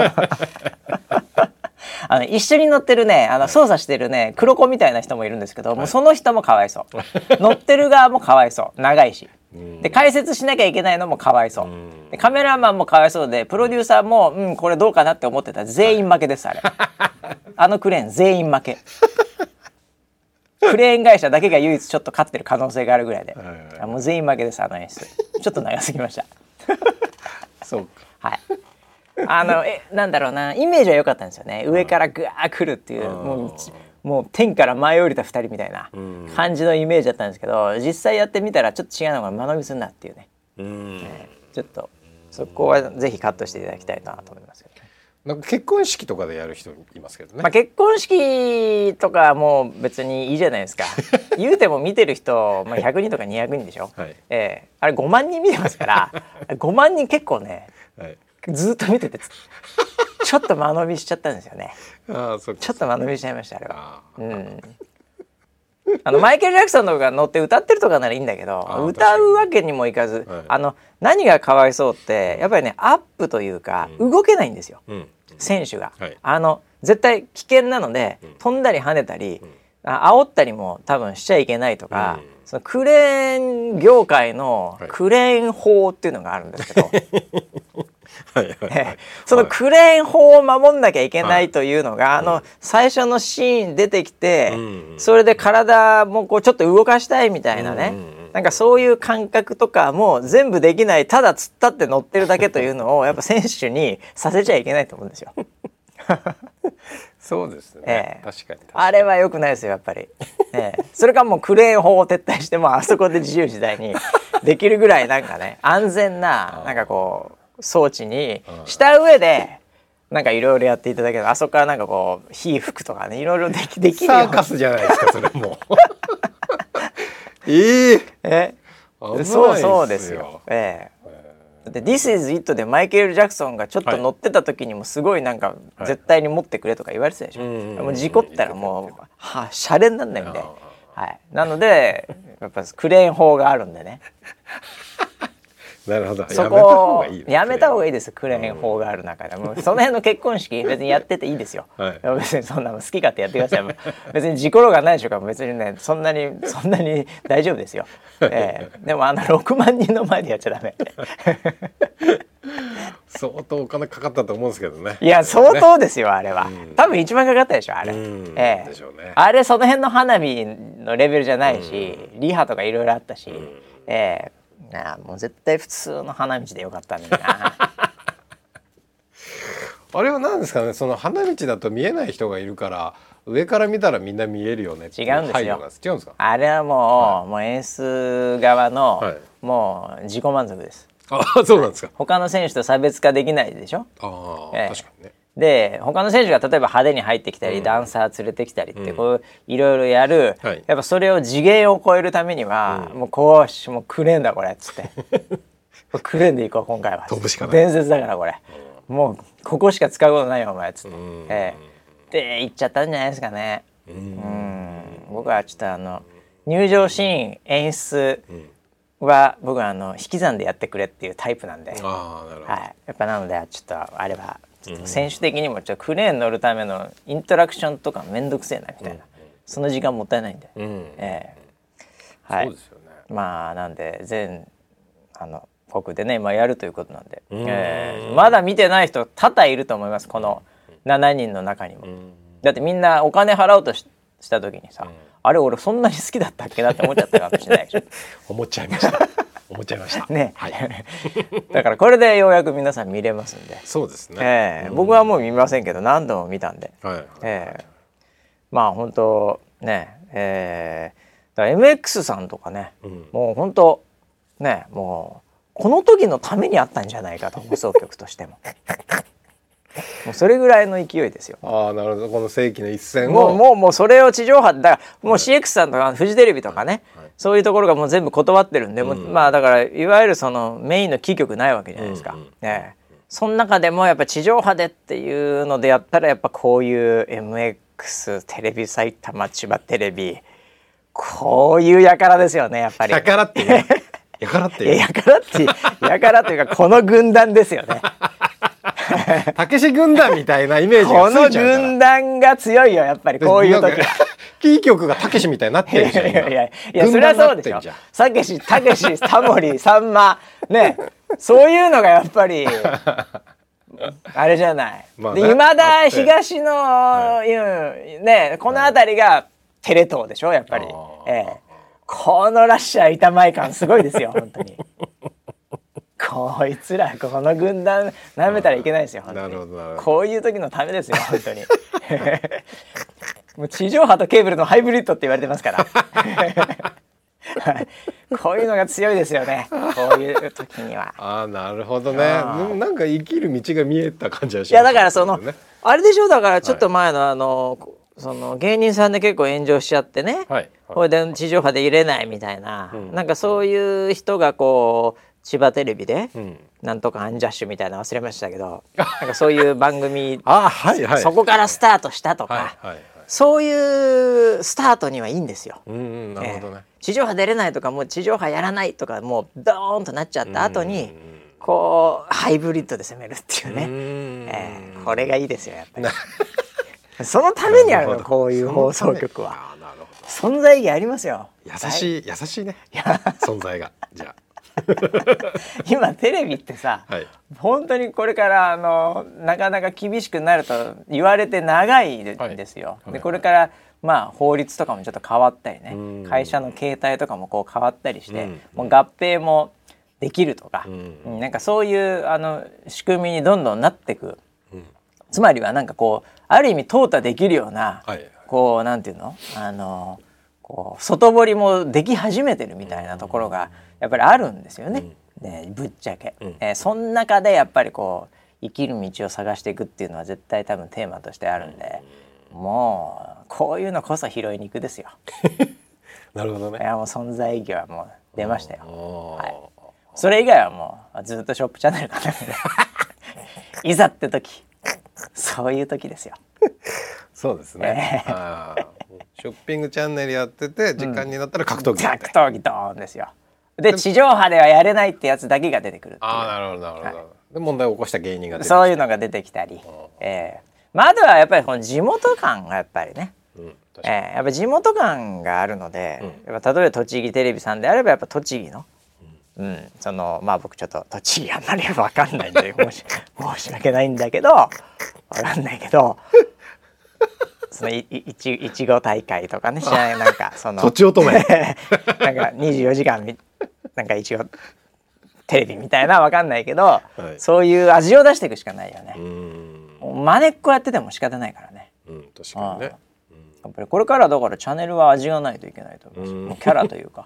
一緒に乗ってるね操作してるね黒子みたいな人もいるんですけど、もうその人もかわいそう乗ってる側もかわいそう、長いしで解説しなきゃいけないのもかわいそうで、カメラマンもかわいそうで、プロデューサーもこれどうかなって思ってたら全員負けです。あれクレーン全員負けクレーン会社だけが唯一ちょっと勝ってる可能性があるぐらいで、もう全員負けです。演出ちょっと長すぎましたそうか、はいなんだろうな、イメージは良かったんですよね。上からグワー来るっていう、もう天から舞い降りた2人みたいな感じのイメージだったんですけど、実際やってみたらちょっと違うのが間延びするなっていうね、ちょっとそこはぜひカットしていただきたいなと思いますけどね。 なんか結婚式とかでやる人いますけどね、 結婚式とかもう別にいいじゃないですか言うても見てる人、100人とか200人でしょ、あれ5万人見てますから5万人結構ね、ずっと見ててちょっと間延びしちゃったんですよね。ちょっと間延びしちゃいましたあれは。マイケル・ジャクソンとかが乗って歌ってるとかならいいんだけど、歌うわけにもいかず、何がかわいそうってやっぱりね、アップというか動けないんですよ、選手が。絶対危険なので飛んだり跳ねたり煽ったりも多分しちゃいけないとか、そのクレーン業界のクレーン法っていうのがあるんですけどそのクレーン法を守んなきゃいけないというのが、最初のシーン出てきて、それで体もこうちょっと動かしたいみたいなね、なんかそういう感覚とかも全部できない、ただ突っ立って乗ってるだけというのをやっぱ選手にさせちゃいけないと思うんですよそうですね、確かにあれは良くないですよやっぱり、それかもうクレーン法を撤退してもあそこで自由自在にできるぐらいなんかね、安全ななんかこう装置にした上でなんかいろいろやっていただける、あそこからなんかこう火吹くとかね、いろいろできるよ。 サーカスじゃないですかそれもそうですよ。で This is It でマイケル・ジャクソンがちょっと乗ってた時にもすごいなんか絶対に持ってくれとか言われてたでしょ、もう事故ったらもうシャレになんないんで、なのでやっぱクレーン法があるんでねなるほど、 そこをやめた方がいいです。クレーン法がある中でもうその辺の結婚式別にやってていいですよ、別にそんなの好き勝手やってください別に事故ろがないでしょうから別にね、そんなに大丈夫ですよ、でも6万人の前でやっちゃダメ相当お金かかったと思うんですけどね。 いや相当ですよあれは、多分1万かかったでしょあれ、でしょうね、あれその辺の花火のレベルじゃないし、リハとかいろいろあったし、もう絶対普通の花道でよかったんだなあれは何ですかね、その花道だと見えない人がいるから上から見たらみんな見えるよねっていう違うんですよ。 違うんですか？ あれはもう演出側の、もう自己満足です。 そうなんですか。 他の選手と差別化できないでしょ。 確かにね。 で他の選手が例えば派手に入ってきたり、ダンサー連れてきたりってこういろいろやる、やっぱそれを次元を超えるためには、もうもうクレーンだこれっつってクレーンでいこう今回は、伝説だからこれ、もうここしか使うことないよお前っつって、で言っちゃったんじゃないですかね。僕はちょっと入場シーン演出は僕は引き算でやってくれっていうタイプなんで、やっぱなのでちょっとあれば選手的にもちょっとクレーン乗るためのイントラクションとかめんどくせえなみたいな、その時間もったいないんで、はい、そうですよね。なんで全国でねやるということなんで、まだ見てない人多々いると思います、この7人の中にも。だってみんなお金払おうとした時にさ、あれ俺そんなに好きだったっけなって思っちゃったかもしれないでしょ思っちゃいましたね、だからこれでようやく皆さん見れますんで。 そうですね、 僕はもう見ませんけど何度も見たんで、本当ね、だから MX さんとかね、もう本当ね、もうこの時のためにあったんじゃないかと、放送局としてももうそれぐらいの勢いですよ。 なるほど、この世紀の一戦をもうそれを地上波だからもう CX さんとかフジテレビとかね、 そういうところがもう全部断ってるんで、まあだからいわゆるそのメインのキー局ないわけじゃないですか。その中でもやっぱ地上波でっていうのでやったらやっぱこういう MX テレビ埼玉千葉テレビこういう輩ですよねやっぱり。 輩っていう輩っていう輩っていうかこの軍団ですよね。 たけし軍団みたいなイメージがついちゃうから。 この軍団が強いよやっぱりこういう時。 キー局がたけしみたいになってるじゃん。いやそれはそうでしょ。たけしタモリさんまねそういうのがやっぱりあれじゃない。で今田東のねこの辺りがテレ東でしょやっぱり。このラッシャー板前感すごいですよ本当に。こいつらこの軍団舐めたらいけないですよ本当に。こういう時のためですよ本当に。もう地上波とケーブルのハイブリッドって言われてますから。こういうのが強いですよねこういう時には。 なるほどね。なんか生きる道が見えた感じはしますね。 いやだからそのあれでしょだからちょっと前のその芸人さんで結構炎上しちゃってね、これで地上波で入れないみたいな、なんかそういう人がこう千葉テレビで、なんとかアンジャッシュみたいな忘れましたけどなんかそういう番組そこからスタートしたとか、そういうスタートにはいいんですよ。 なるほどね。 地上波出れないとかもう地上波やらないとかもうドーンとなっちゃった後にこうハイブリッドで攻めるっていうね、これがいいですよやっぱり。そのためにあるのこういう放送局は。存在意義ありますよ。 優しいね存在が。じゃあ今テレビってさ、本当にこれからなかなか厳しくなると言われて長いんですよ。でこれからまあ法律とかもちょっと変わったりね、会社の形態とかもこう変わったりして、もう合併もできるとか、なんかそういう仕組みにどんどんなっていく。つまりはなんかこうある意味淘汰できるような、こうなんていうのこう外堀もでき始めてるみたいなところがやっぱりあるんですよね。ぶっちゃけ、その中でやっぱりこう生きる道を探していくっていうのは絶対多分テーマとしてあるんで、もうこういうのこそ拾いに行くですよ。 なるほどね。 いやもう存在意義はもう出ましたよ。それ以外はもうずっとショップチャンネルかな。いざって時そういう時ですよ。 そうですね。ショッピングチャンネルやってて時間になったら格闘技格闘技ドーンですよ。で地上波ではやれないってやつだけが出てくるっていう。 なるほどなるほど。で問題を起こした芸人が出てきたそういうのが出てきたり、まああとはやっぱりこの地元感がやっぱりね、やっぱ地元感があるので、やっぱ例えば栃木テレビさんであればやっぱ栃木のそのまあ僕ちょっと栃木あんまり分かんないんで申し訳ないんだけど分かんないけどそのいちご大会とかねなんかそのとちおとめなんか 24時間なんかいちごテレビみたいな分かんないけど、そういう味を出していくしかないよね。まねっこやってても仕方ないからね。 確かにね。 やっぱりこれからだからチャンネルは味がないといけないと思います。もうキャラというか。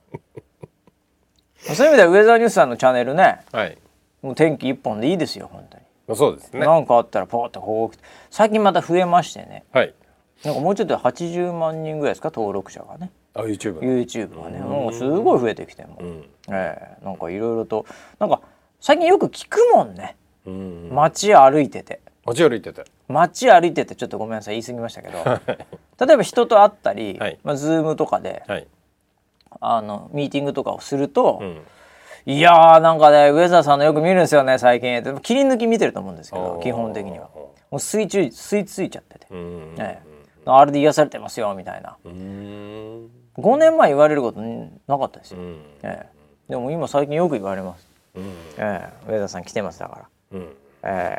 そういう意味ではウェザーニュースさんのチャンネルね、もう天気一本でいいですよ本当に。 そうですね。 なんかあったらポーッと報告。最近また増えましてね、なんかもうちょっと80万人ぐらいですか登録者がね。YouTube がねもうすごい増えてきても、なんかいろいろとなんか最近よく聞くもんね。街歩いててちょっとごめんなさい言い過ぎましたけど例えば人と会ったり、Zoom とかで、ミーティングとかをすると、いやーなんかねウェザーさんのよく見るんですよね最近って切り抜き見てると思うんですけど基本的にはもう吸い付いちゃってて、あれで癒されてますよみたいな5年前言われることなかったですよ、でも今最近よく言われます、ウェザーさん来てますだから、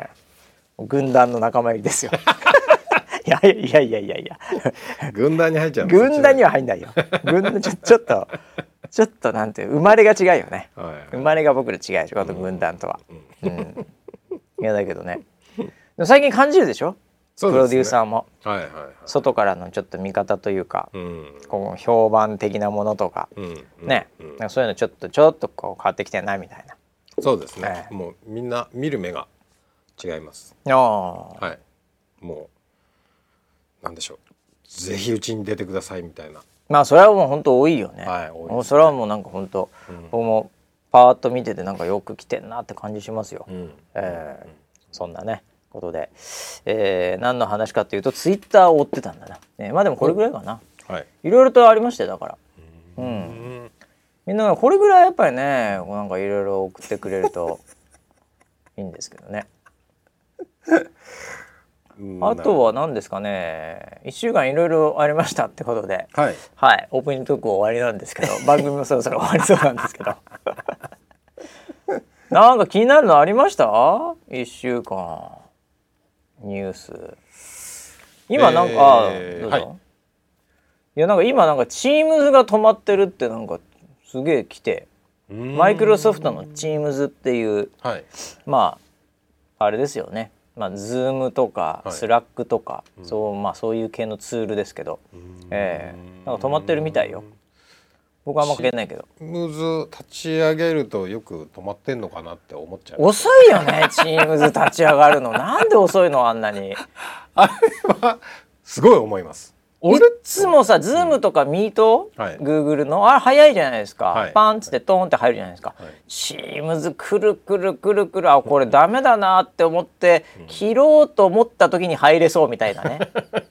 軍団の仲間入りですよいや軍団に入っちゃう。 軍団には入んないよ。ちょっとなんて生まれが違うよね。生まれが僕ら違うでしょ。あと軍団とは。いやだけどね。最近感じるでしょ。プロデューサーも外からのちょっと見方というか、こう評判的なものとかね、なんかそういうのちょっとこう変わってきてないみたいな。 そうですね。もうみんな見る目が違います。 もうなんでしょう。ぜひうちに出てくださいみたいなまあそれはもう本当多いよね。 はい、多いですね。 それはもうなんか本当、僕もパーッと見ててなんかよく来てんなって感じしますよ。そんなねことで、何の話かというとツイッターを追ってたんだな。まあでもこれぐらいかな。いろいろとありましてだから。みんなこれぐらいやっぱりねなんかいろいろ送ってくれるといいんですけどね。あとは何ですかね、1週間いろいろありましたってことで、はい、オープニングトーク終わりなんですけど番組もそろそろ終わりそうなんですけどなんか気になるのありました ?1 週間ニュース今なんか、どうぞ。いやなんか今なんか Teams が止まってるってなんかすげえ来て、マイクロソフトの Teams っていう、まああれですよね、まあ Zoom とか Slack とか、そういう系のツールですけど、なんか止まってるみたいよ。僕はあんまかけないけど。 Teams 立ち上げるとよく止まってんのかなって思っちゃう。 遅いよねTeams 立ち上がるの。なんで遅いのあんなに。 あれはすごい思います。 いつもさ、ズームとかミート、Google のあれ早いじゃないですか。パンツでトーンって入るじゃないですか。Teamsくるくるくるくる、これダメだなって思って切ろうと思った時に入れそうみたいなね。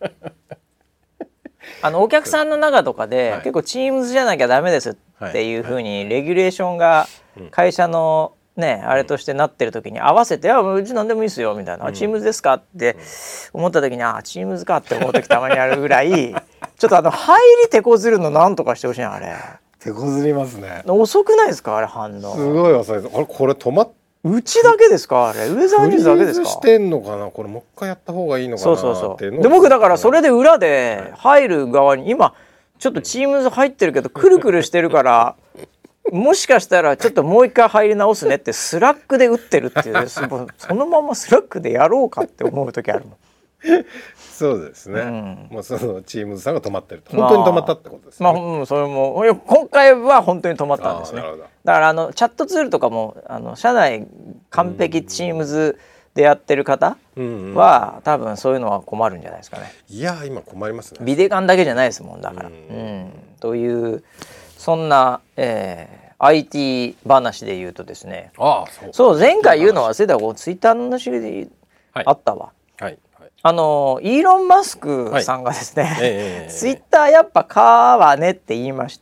お客さんの中とかで、結構 Teams じゃなきゃダメですっていう風にレギュレーションが会社のね、あれとしてなってる時に合わせて「うち何でもいいですよ」みたいな「Teams ですか?」って思った時に「Teams か」って思う時たまにあるぐらいちょっと入り手こずるのなんとかしてほしいな。あれ手こずりますね。 遅くないですかあれ反応。 すごい遅いです。これ止まっうちだけですかあれ。ウェザーニュースだけですか。 してんのかなこれ。もう一回やった方がいいのかなっていうの。 で僕だからそれで裏で入る側に今ちょっと Teams 入ってるけどくるくるしてるからもしかしたらちょっともう一回入り直すねってスラックで打ってるっていうそのままスラックでやろうかって思う時あるもん。 そうですね、もうそのチームズさんが止まってると、本当に止まったってことですね。 それも今回は本当に止まったんですね。だからチャットツールとかも社内完璧チームズでやってる方は、多分そういうのは困るんじゃないですかね。 いや今困りますね。 ビデカンだけじゃないですもんだから。というそんな、IT 話で言うとですね。そう前回言うの忘れたらツイッターの話であったわ。イーロン・マスクさんがですね、ツイッターやっぱ買わねって言いまして、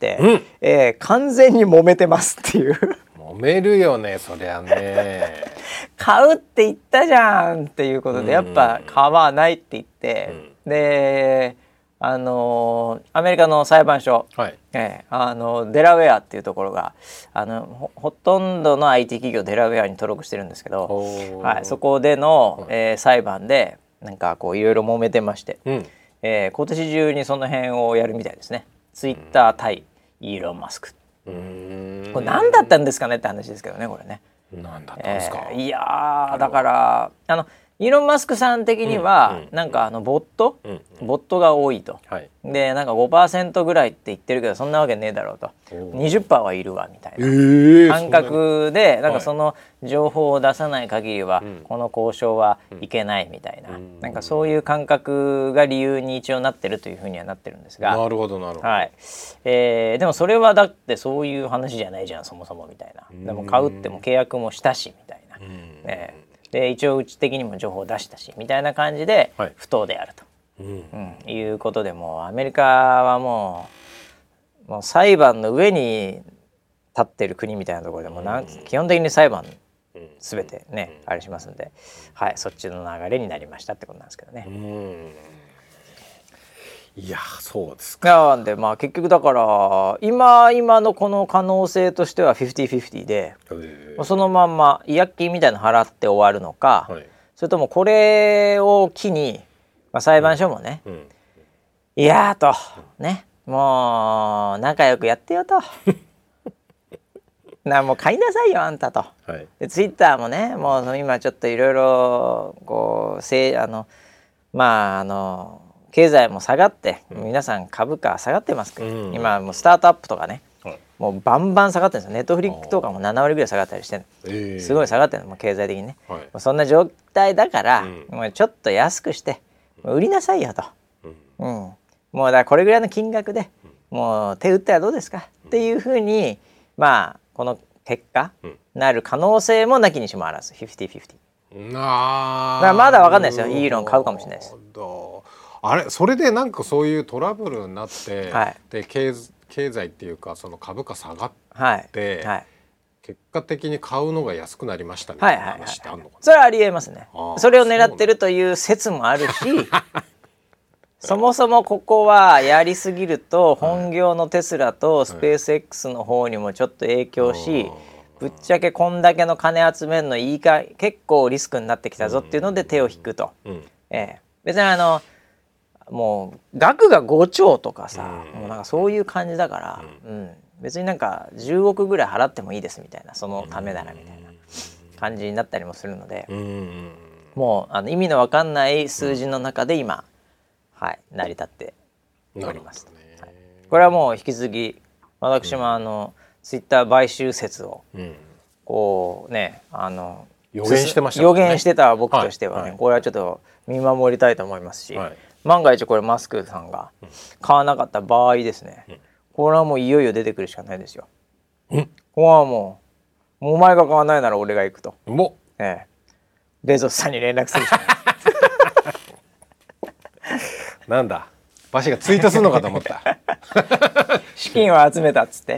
完全に揉めてますっていう。 揉めるよねそりゃね。 買うって言ったじゃんっていうことでやっぱ買わないって言って、でアメリカの裁判所、デラウェアっていうところがほとんどの IT 企業デラウェアに登録してるんですけど、そこでの、裁判でなんかこういろいろ揉めてまして、今年中にその辺をやるみたいですね。ツイッター対イーロン・マスク。これ何だったんですかねって話ですけどねこれね。 何だったんですか。 いやだからイーロン・マスクさん的にはなんかボットが多いと、でなんか 5% ぐらいって言ってるけどそんなわけねえだろうと、20% はいるわみたいな感覚で、なんかその情報を出さない限りはこの交渉はいけないみたいな、なんかそういう感覚が理由に一応なってるというふうにはなってるんですが、 なるほどなるほど、 でもそれはだってそういう話じゃないじゃんそもそもみたいな。でも買うっても契約もしたしみたいな。で一応うち的にも情報を出したしみたいな感じで不当であると、いうことで、もうアメリカはもう裁判の上に立ってる国みたいなところでも基本的に裁判全てね、あれしますんで、そっちの流れになりましたってことなんですけどね。 いやそうですか。 なんで結局だから今のこの可能性としては 50-50 で、そのまんま違約金みたいなの払って終わるのか、それともこれを機に、裁判所もね、いやとね、もう仲良くやってよともう買いなさいよあんたと、でツイッターもね、もう今ちょっといろいろこう経済も下がって、皆さん株価下がってますけど、今もうスタートアップとかね、もうバンバン下がってるんですよ。ネットフリックとかも7割ぐらい下がったりしてる、すごい下がってるの、経済的にね、そんな状態だから、もうちょっと安くして売りなさいよと、もうだからこれぐらいの金額でもう手打ったらどうですかっていうふうにまあこの結果、なる可能性もなきにしもあらず 50-50。 だからまだ分かんないですよ。イーロン買うかもしれないです。 あれそれでなんかそういうトラブルになって、で経済っていうかその株価下がって、結果的に買うのが安くなりましたみたいな話ってあるのかな。 それはありえますね。それを狙ってるという説もあるしそもそもここはやりすぎると本業のテスラとスペース X の方にもちょっと影響し、ぶっちゃけこんだけの金集めるのいいか結構リスクになってきたぞっていうので手を引くと、別にもう額が5兆とかさ、もうなんかそういう感じだから、別になんか10億ぐらい払ってもいいですみたいな、そのためならみたいな感じになったりもするので、もう意味のわかんない数字の中で今、成り立っております。これはもう引き続き私もツイッター買収説をこうね予言してましたね。 予言してた僕としてはね、これはちょっと見守りたいと思いますし、万が一これマスクさんが買わなかった場合ですね、これはもういよいよ出てくるしかないですよ。ここはもうお前が買わないなら俺が行くと、ベゾスさんに連絡するしかないなんだバシがツイートするのかと思った資金を集めたっつって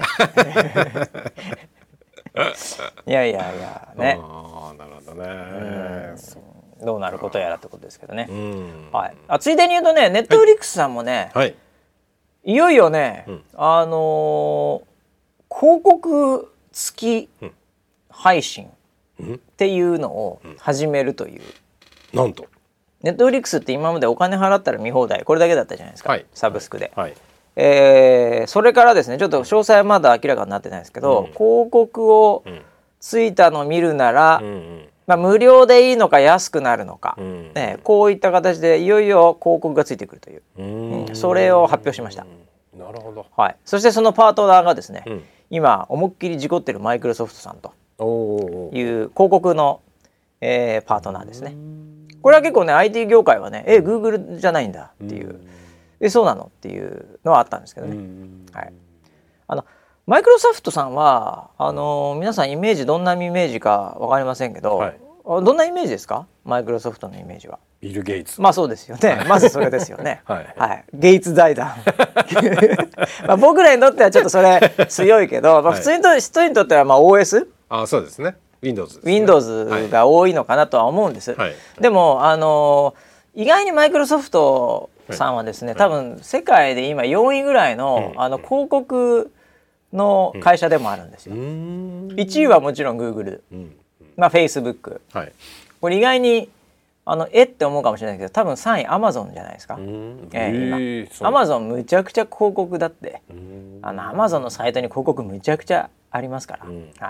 いやね、 なるほどね、 どうなることやらってことですけどね。ついでに言うとね、ネットフリックスさんもね、いよいよね、広告付き配信っていうのを始めるという。 なんとネットフリックスって今までお金払ったら見放題これだけだったじゃないですか、サブスクで、それからですね、ちょっと詳細はまだ明らかになってないですけど、広告をついたの見るなら、無料でいいのか安くなるのか、こういった形でいよいよ広告がついてくるという、それを発表しました。 なるほど。 そしてそのパートナーがですね、今思いっきり事故ってるマイクロソフトさんという広告の、パートナーですね。これは結構ね IT 業界はねGoogle じゃないんだっていう、そうなのっていうのはあったんですけどね。マイクロソフトさんは皆さんイメージどんなイメージか分かりませんけど、どんなイメージですか？マイクロソフトのイメージは。 ビル・ゲイツ。 まあそうですよね。まずそれですよね。ゲイツ財団僕らにとってはちょっとそれ強いけど、普通の人にとってはOS。 そうですね。 Windows が多いのかなとは思うんです。でも意外にマイクロソフトさんはですね、多分世界で今4位ぐらいの広告の会社でもあるんですよ。1位はもちろん Google、Facebook、これ意外にって思うかもしれないけど、多分3位 Amazon じゃないですか。今 Amazon むちゃくちゃ広告だって、Amazon のサイトに広告むちゃくちゃありますから、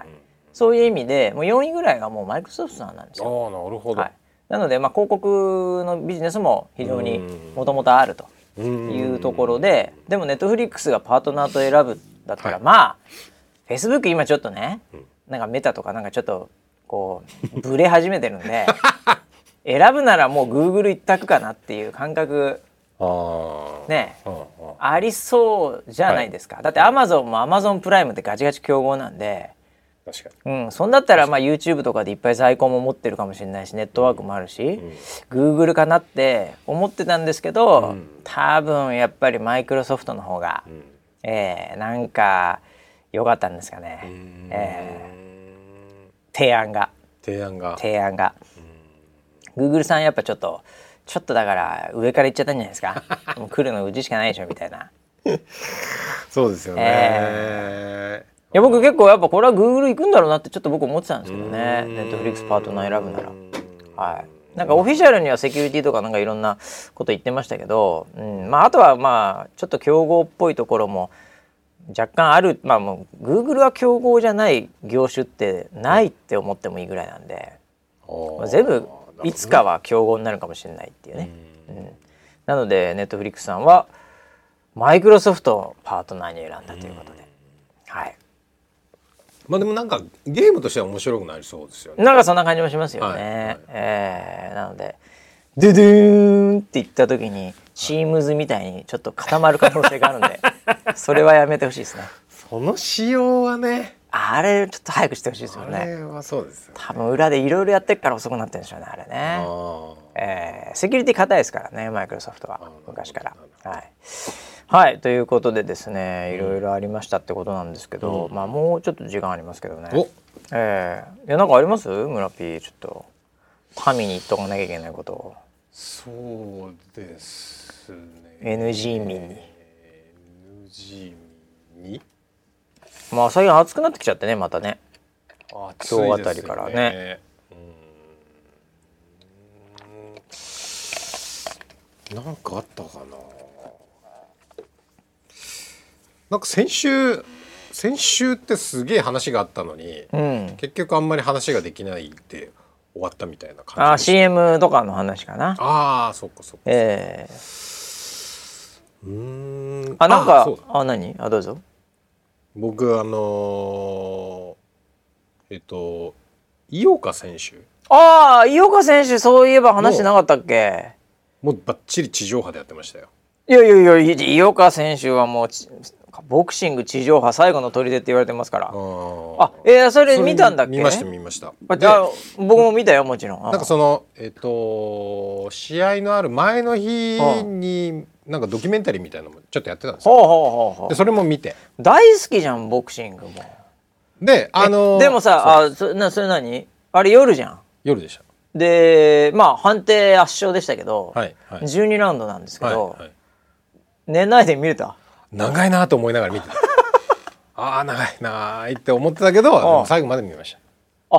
そういう意味でもう4位ぐらいがもうマイクロソフトさんなんですよ。 なるほど。 なので広告のビジネスも非常にもともとあるというところで、でもネットフリックスがパートナーと選ぶだったら、Facebook 今ちょっとね、なんかメタとかなんかちょっとこうブレ始めてるんで選ぶならもう Google 一択かなっていう感覚ねありそうじゃないですか。だって Amazon も Amazon プライムってガチガチ競合なんで、 確かに、 そんだったらYouTube とかでいっぱい在庫も持ってるかもしれないし、ネットワークもあるし、Google かなって思ってたんですけど、多分やっぱりマイクロソフトの方が、なんか良かったんですかね、提案が Google さんやっぱちょっとだから上から言っちゃったんじゃないですかもう来るのうちしかないでしょみたいなそうですよね、 いや僕結構やっぱこれは Google 行くんだろうなってちょっっと僕思ってたんですけどね。ネットフリックスパートナー選ぶなら、なんかオフィシャルにはセキュリティとかなんかいろんなこと言ってましたけど、あとはちょっと競合っぽいところも若干ある。もう Google は競合じゃない業種ってないって思ってもいいぐらいなんで、全部いつかは競合になるかもしれないっていうね、なのでネットフリックスさんはマイクロソフトをパートナーに選んだということで、 でもなんかゲームとしては面白くなりそうですよね。 なんかそんな感じもしますよね。なのでドゥドゥーンって言った時にチームズみたいにちょっと固まる可能性があるんでそれはやめてほしいですね。 その仕様はね、 あれちょっと早くしてほしいですよね。 あれはそうですよね。 多分裏でいろいろやってるから遅くなってるんでしょうね、あれね。セキュリティ硬いですからね、マイクロソフトは昔から。はい、はい、ということでですね、いろいろありましたってことなんですけど、まあもうちょっと時間ありますけどね。いや、なんかあります？村 P、ちょっと民に言っとかなきゃいけないことを。 そうですね。 NG 民に。 NG 民に。 まあ最近暑くなってきちゃってね、またね。今日あたりからね。 なんかあったかな。なんか先週ってすげえ話があったのに、結局あんまり話ができないで終わったみたいな感じでした。 CM とかの話かな。 そっかそっか。 なんか何？どうぞ。 僕井岡選手。 井岡選手、そういえば話なかったっけ？ もうバッチリ地上波でやってましたよ。 いや井岡選手はもうボクシング地上波最後の砦って言われてますから。それ見たんだっけ？ 見ました。 僕も見たよ、もちろん。 なんかその試合のある前の日になんかドキュメンタリーみたいなのもちょっとやってたんですよ。でそれも見て。 大好きじゃん、ボクシングも。 ででもさ、それ何？あれ夜じゃん。 夜でした。 でまあ判定圧勝でしたけど、12ラウンドなんですけど、寝ないで見れた？ 長いなと思いながら見てた。長いって思ってたけど、最後まで見ました。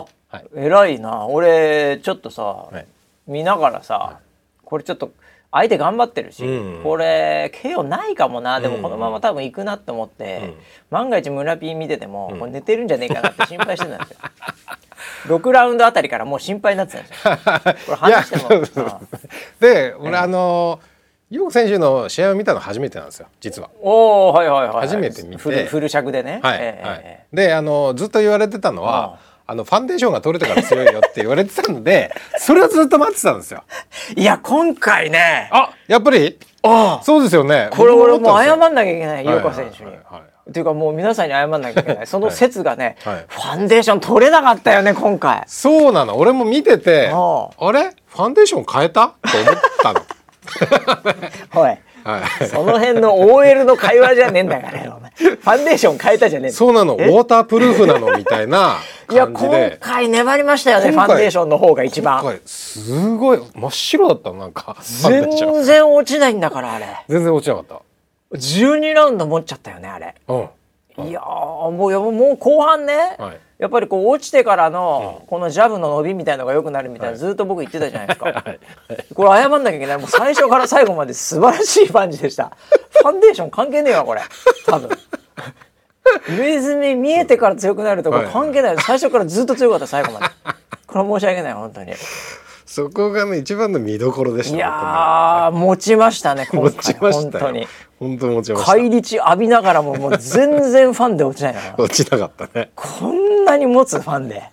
偉いな。俺ちょっとさ、見ながらさ、これちょっと相手頑張ってるし、これ KO ないかもな、でもこのまま多分いくなって思って、万が一村 P 見てても、これ寝てるんじゃねえかなって心配してたんですよ。6ラウンドあたりからもう心配になってたんですよ。これ話しても。 で俺井岡選手の試合を見たの初めてなんですよ、実は。初めて見てフル尺でね。 でずっと言われてたのは、ファンデーションが取れてから強いよって言われてたので、それをずっと待ってたんですよ。 いや今回ね、 やっぱりそうですよね。 これ俺もう謝んなきゃいけない、井岡選手に。っていうかもう皆さんに謝んなきゃいけない。その説がね、ファンデーション取れなかったよね今回。 そうなの。俺も見てて、あれファンデーション変えたと思ったの。 おい、その辺の OL の会話じゃねえんだからよ。ファンデーション変えたじゃねえんだ。 そうなの。ウォータープルーフなのみたいな感じで。 いや今回粘りましたよね、ファンデーションの方が一番。 今回すごい真っ白だったの。なんか全然落ちないんだからあれ。 全然落ちなかった。 12ラウンド持っちゃったよねあれ。いやもう後半ね、やっぱりこう落ちてからのこのジャブの伸びみたいのが良くなるみたいな、ずっと僕言ってたじゃないですか。これ謝んなきゃいけない。もう最初から最後まで素晴らしいパンチでした。ファンデーション関係ねえわこれ多分。別に見えてから強くなるとか関係ない。最初からずっと強かった最後まで。これは申し訳ない本当に。 そこがね一番の見どころでした。 いや持ちましたね今回。本当に持ちました。 返り血浴びながらもう全然ファンで落ちないから。 落ちなかったね。 こんなに持つファンで。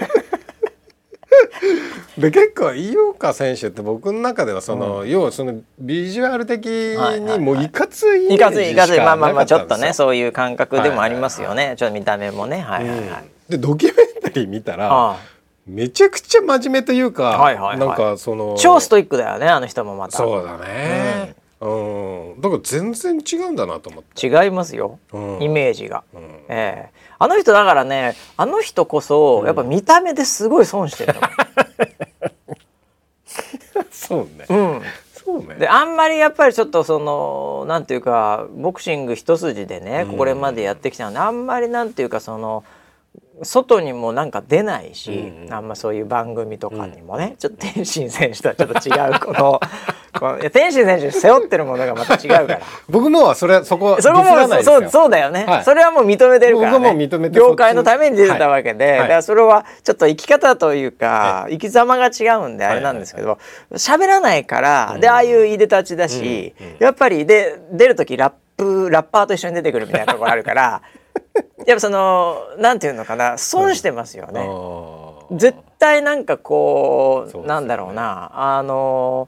で結構井岡選手って僕の中では要はそのビジュアル的にもういかついイメージしかなかったんですよ。まあちょっとねそういう感覚でもありますよね。ちょっと見た目もね。 でドキュメンタリー見たら。めちゃくちゃ真面目というか、なんか超ストイックだよねあの人もまた。 そうだね。だから全然違うんだなと思って。 違いますよ、イメージが。あの人だからね、あの人こそやっぱ見た目ですごい損してると思う。 そうね。そうね。 であんまりやっぱりちょっとなんていうかボクシング一筋でねこれまでやってきたので、あんまりなんていうか外にもなんか出ないし、あんまそういう番組とかにもね、ちょっと天心選手とはちょっと違う天心選手背負ってるものがまた違うから。 僕もそこディスらないですよ。 そうだよね、それはもう認めてるからね。僕も認めて業界のために出てたわけで、だからそれはちょっと生き方というか、生き様が違うんであれなんですけど、喋らないからでああいういでたちだし、やっぱりで出る時ラッパーと一緒に出てくるみたいなところあるから。やっぱなんていうのかな、損してますよね。絶対なんかこうなんだろうな、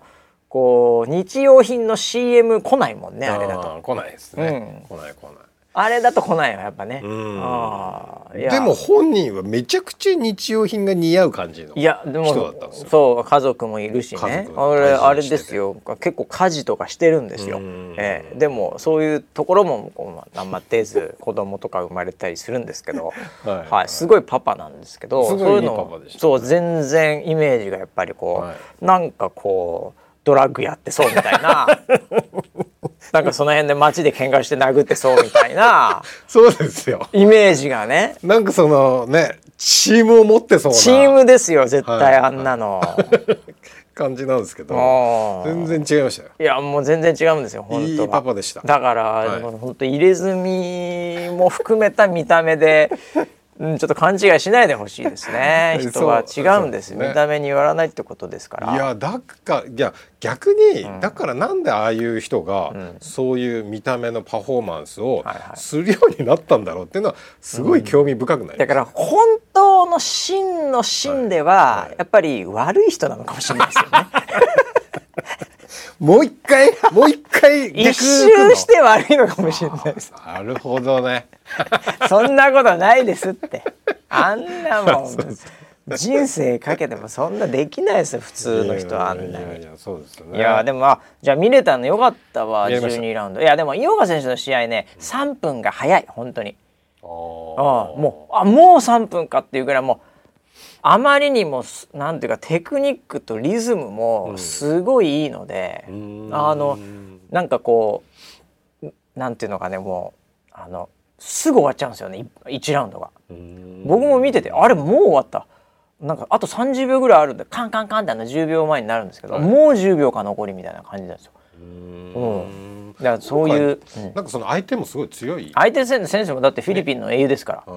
こう日用品の CM 来ないもんね、あれだと。 来ないですね、来ない。 あれだと来ないよやっぱね。 でも本人はめちゃくちゃ日用品が似合う感じの人だったんですよ。 そう、家族もいるしね。あれですよ、結構家事とかしてるんですよ。でもそういうところもあんま出ず子供とか生まれたりするんですけどすごいパパなんですけど、そういうのそう全然イメージがやっぱりこう、なんかこうドラッグやってそうみたいななんかその辺で街で喧嘩して殴ってそうみたいなそうですよ、 イメージがね、 なんかそのねチームを持ってそうなチームですよ絶対、あんなの感じなんですけど、全然違いましたよ。 いやもう全然違うんですよ、本当は。 いいパパでした。 だから、本当入れ墨も含めた見た目でちょっと勘違いしないでほしいですね。人は違うんです、見た目によらないってことですから。 いや逆に、だからなんでああいう人が、そういう見た目のパフォーマンスをするようになったんだろうっていうのはすごい興味深くないですか。 だから本当の真の真では、やっぱり悪い人なのかもしれないですよね。 もう一回一周して悪いのかもしれないです。 なるほどね。 そんなことないですって。あんなもん人生かけてもそんなできないですよ普通の人は。あんなに。 そうですよね。 いやでもじゃあ見れたのよかったわ。12ラウンド。いやでも井岡選手の試合ね、3分が早い本当に。もう3分かっていうぐらい、もうあまりにもなんていうかテクニックとリズムもすごいいいので、なんかこうなんていうのかね、もうすぐ終わっちゃうんですよね、1ラウンドが。僕も見ててあれもう終わった、なんかあと30秒ぐらいあるんでカンカンカンって10秒前になるんですけど、もう10秒か残りみたいな感じなんですよ。だからそういう、 なんかその相手もすごい強い、 相手選手もだってフィリピンの英雄ですから、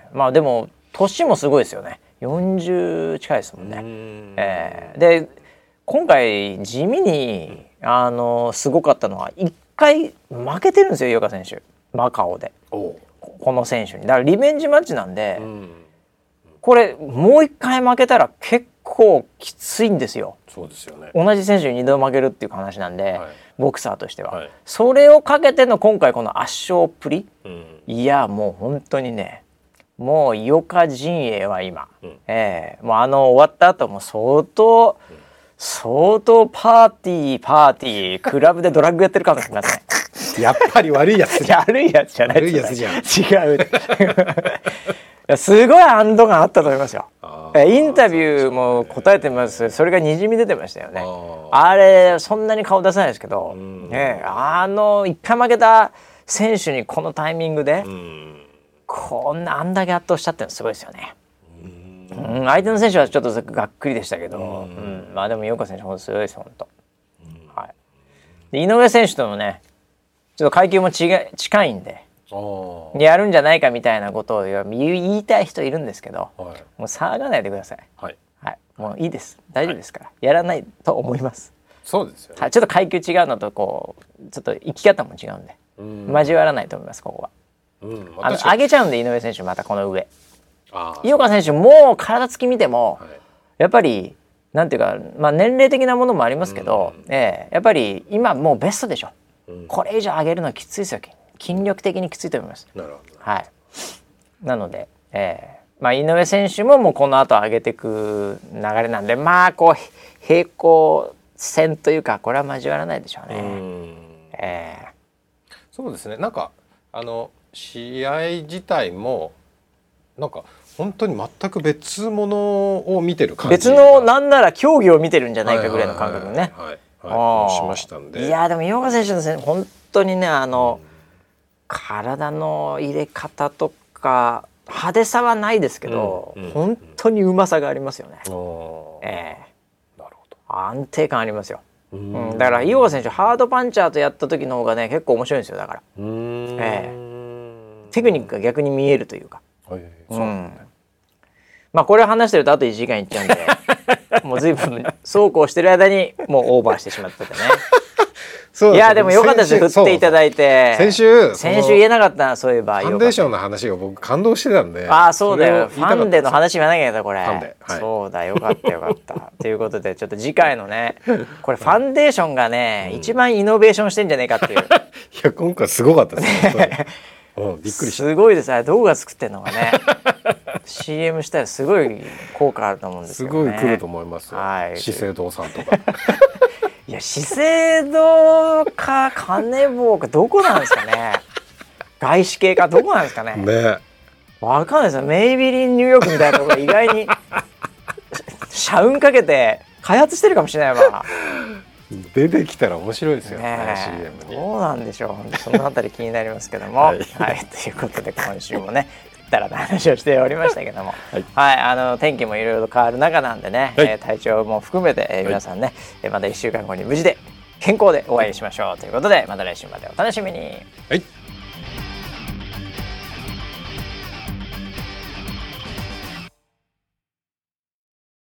まあでも年もすごいですよね、40近いですもんね。で今回地味にすごかったのは1回負けてるんですよ井岡選手、マカオでこの選手に。だからリベンジマッチなんで、これもう1回負けたら結構きついんですよ。 そうですよね、 同じ選手に2度負けるっていう話なんで、ボクサーとしては、それをかけての今回この圧勝っぷり、いやもう本当にね、もう井岡陣営は今、もう終わった後も相当パーティークラブでドラッグやってる感がしますね。 やっぱり悪いやつじゃん。 悪いやつじゃない。 悪いやつじゃん。 違う。すごい安堵感あったと思いますよ。インタビューも答えてます。それがにじみ出てましたよね。あれそんなに顔出さないですけど、一回負けた選手にこのタイミングで、あんだけ圧倒したってのはすごいですよね。相手の選手はちょっとがっくりでしたけど、まあでも井岡選手本当すごいです本当。で井上選手とのねちょっと階級も近いんでやるんじゃないかみたいなことを言いたい人いるんですけど、もう騒がないでください。もういいです、大丈夫ですから、やらないと思います。 そうですよね。 ちょっと階級違うのとこうちょっと生き方も違うんで、交わらないと思いますここは。上げちゃうんで井上選手またこの上。井岡選手もう体つき見ても、やっぱりなんていうか、年齢的なものもありますけど、やっぱり今もうベストでしょ。これ以上上げるのはきついですよ。筋力的にきついと思います。 なるほど。 なので、井上選手ももうこの後上げていく流れなんで、こう平行線というかこれは交わらないでしょうね。 そうですね。なんか試合自体もなんか本当に全く別物を見てる感じ、 別のなんなら競技を見てるんじゃないかぐらいの感覚ねしましたんで。 いやでも井岡選手の本当にね体の入れ方とか派手さはないですけど、本当にうまさがありますよね。なるほど。安定感ありますよ。だから井岡選手ハードパンチャーとやった時の方がね結構面白いんですよ。だからテクニックが逆に見えるというか。これを話してるとあと1時間いっちゃうんでもう随分そうこうしてる間にもうオーバーしてしまっててねいやでもよかったですよ、振っていただいて。先週言えなかったな、そういえば。 ファンデーションの話が僕感動してたんで。 ああそうだよ、ファンデの話言わなきゃいけないこれ。そうだ、よかったよかったということで、ちょっと次回のね、これファンデーションがね、一番イノベーションしてんじゃねえかっていう。いや今回すごかったですね。びっくりした。 すごいです、あれ動画作ってんのがね。CM したらすごい効果あると思うんですけどね。 すごい来ると思いますよ。資生堂さんとか。 いや資生堂かカネボウかどこなんですかね。外資系かどこなんですかね。 ね。 わかんないですよ。メイビリンニューヨークみたいなところ意外に社運かけて開発してるかもしれないわ。 出てきたら面白いですよね。 CM に。どうなんでしょう。そのあたり気になりますけども、はい、ということで今週もね。だらだら話をしておりましたけども、天気もいろいろ変わる中なんでね、体調も含めて、皆さんね、また1週間後に無事で健康でお会いしましょうということで、また来週までお楽しみに。 はい。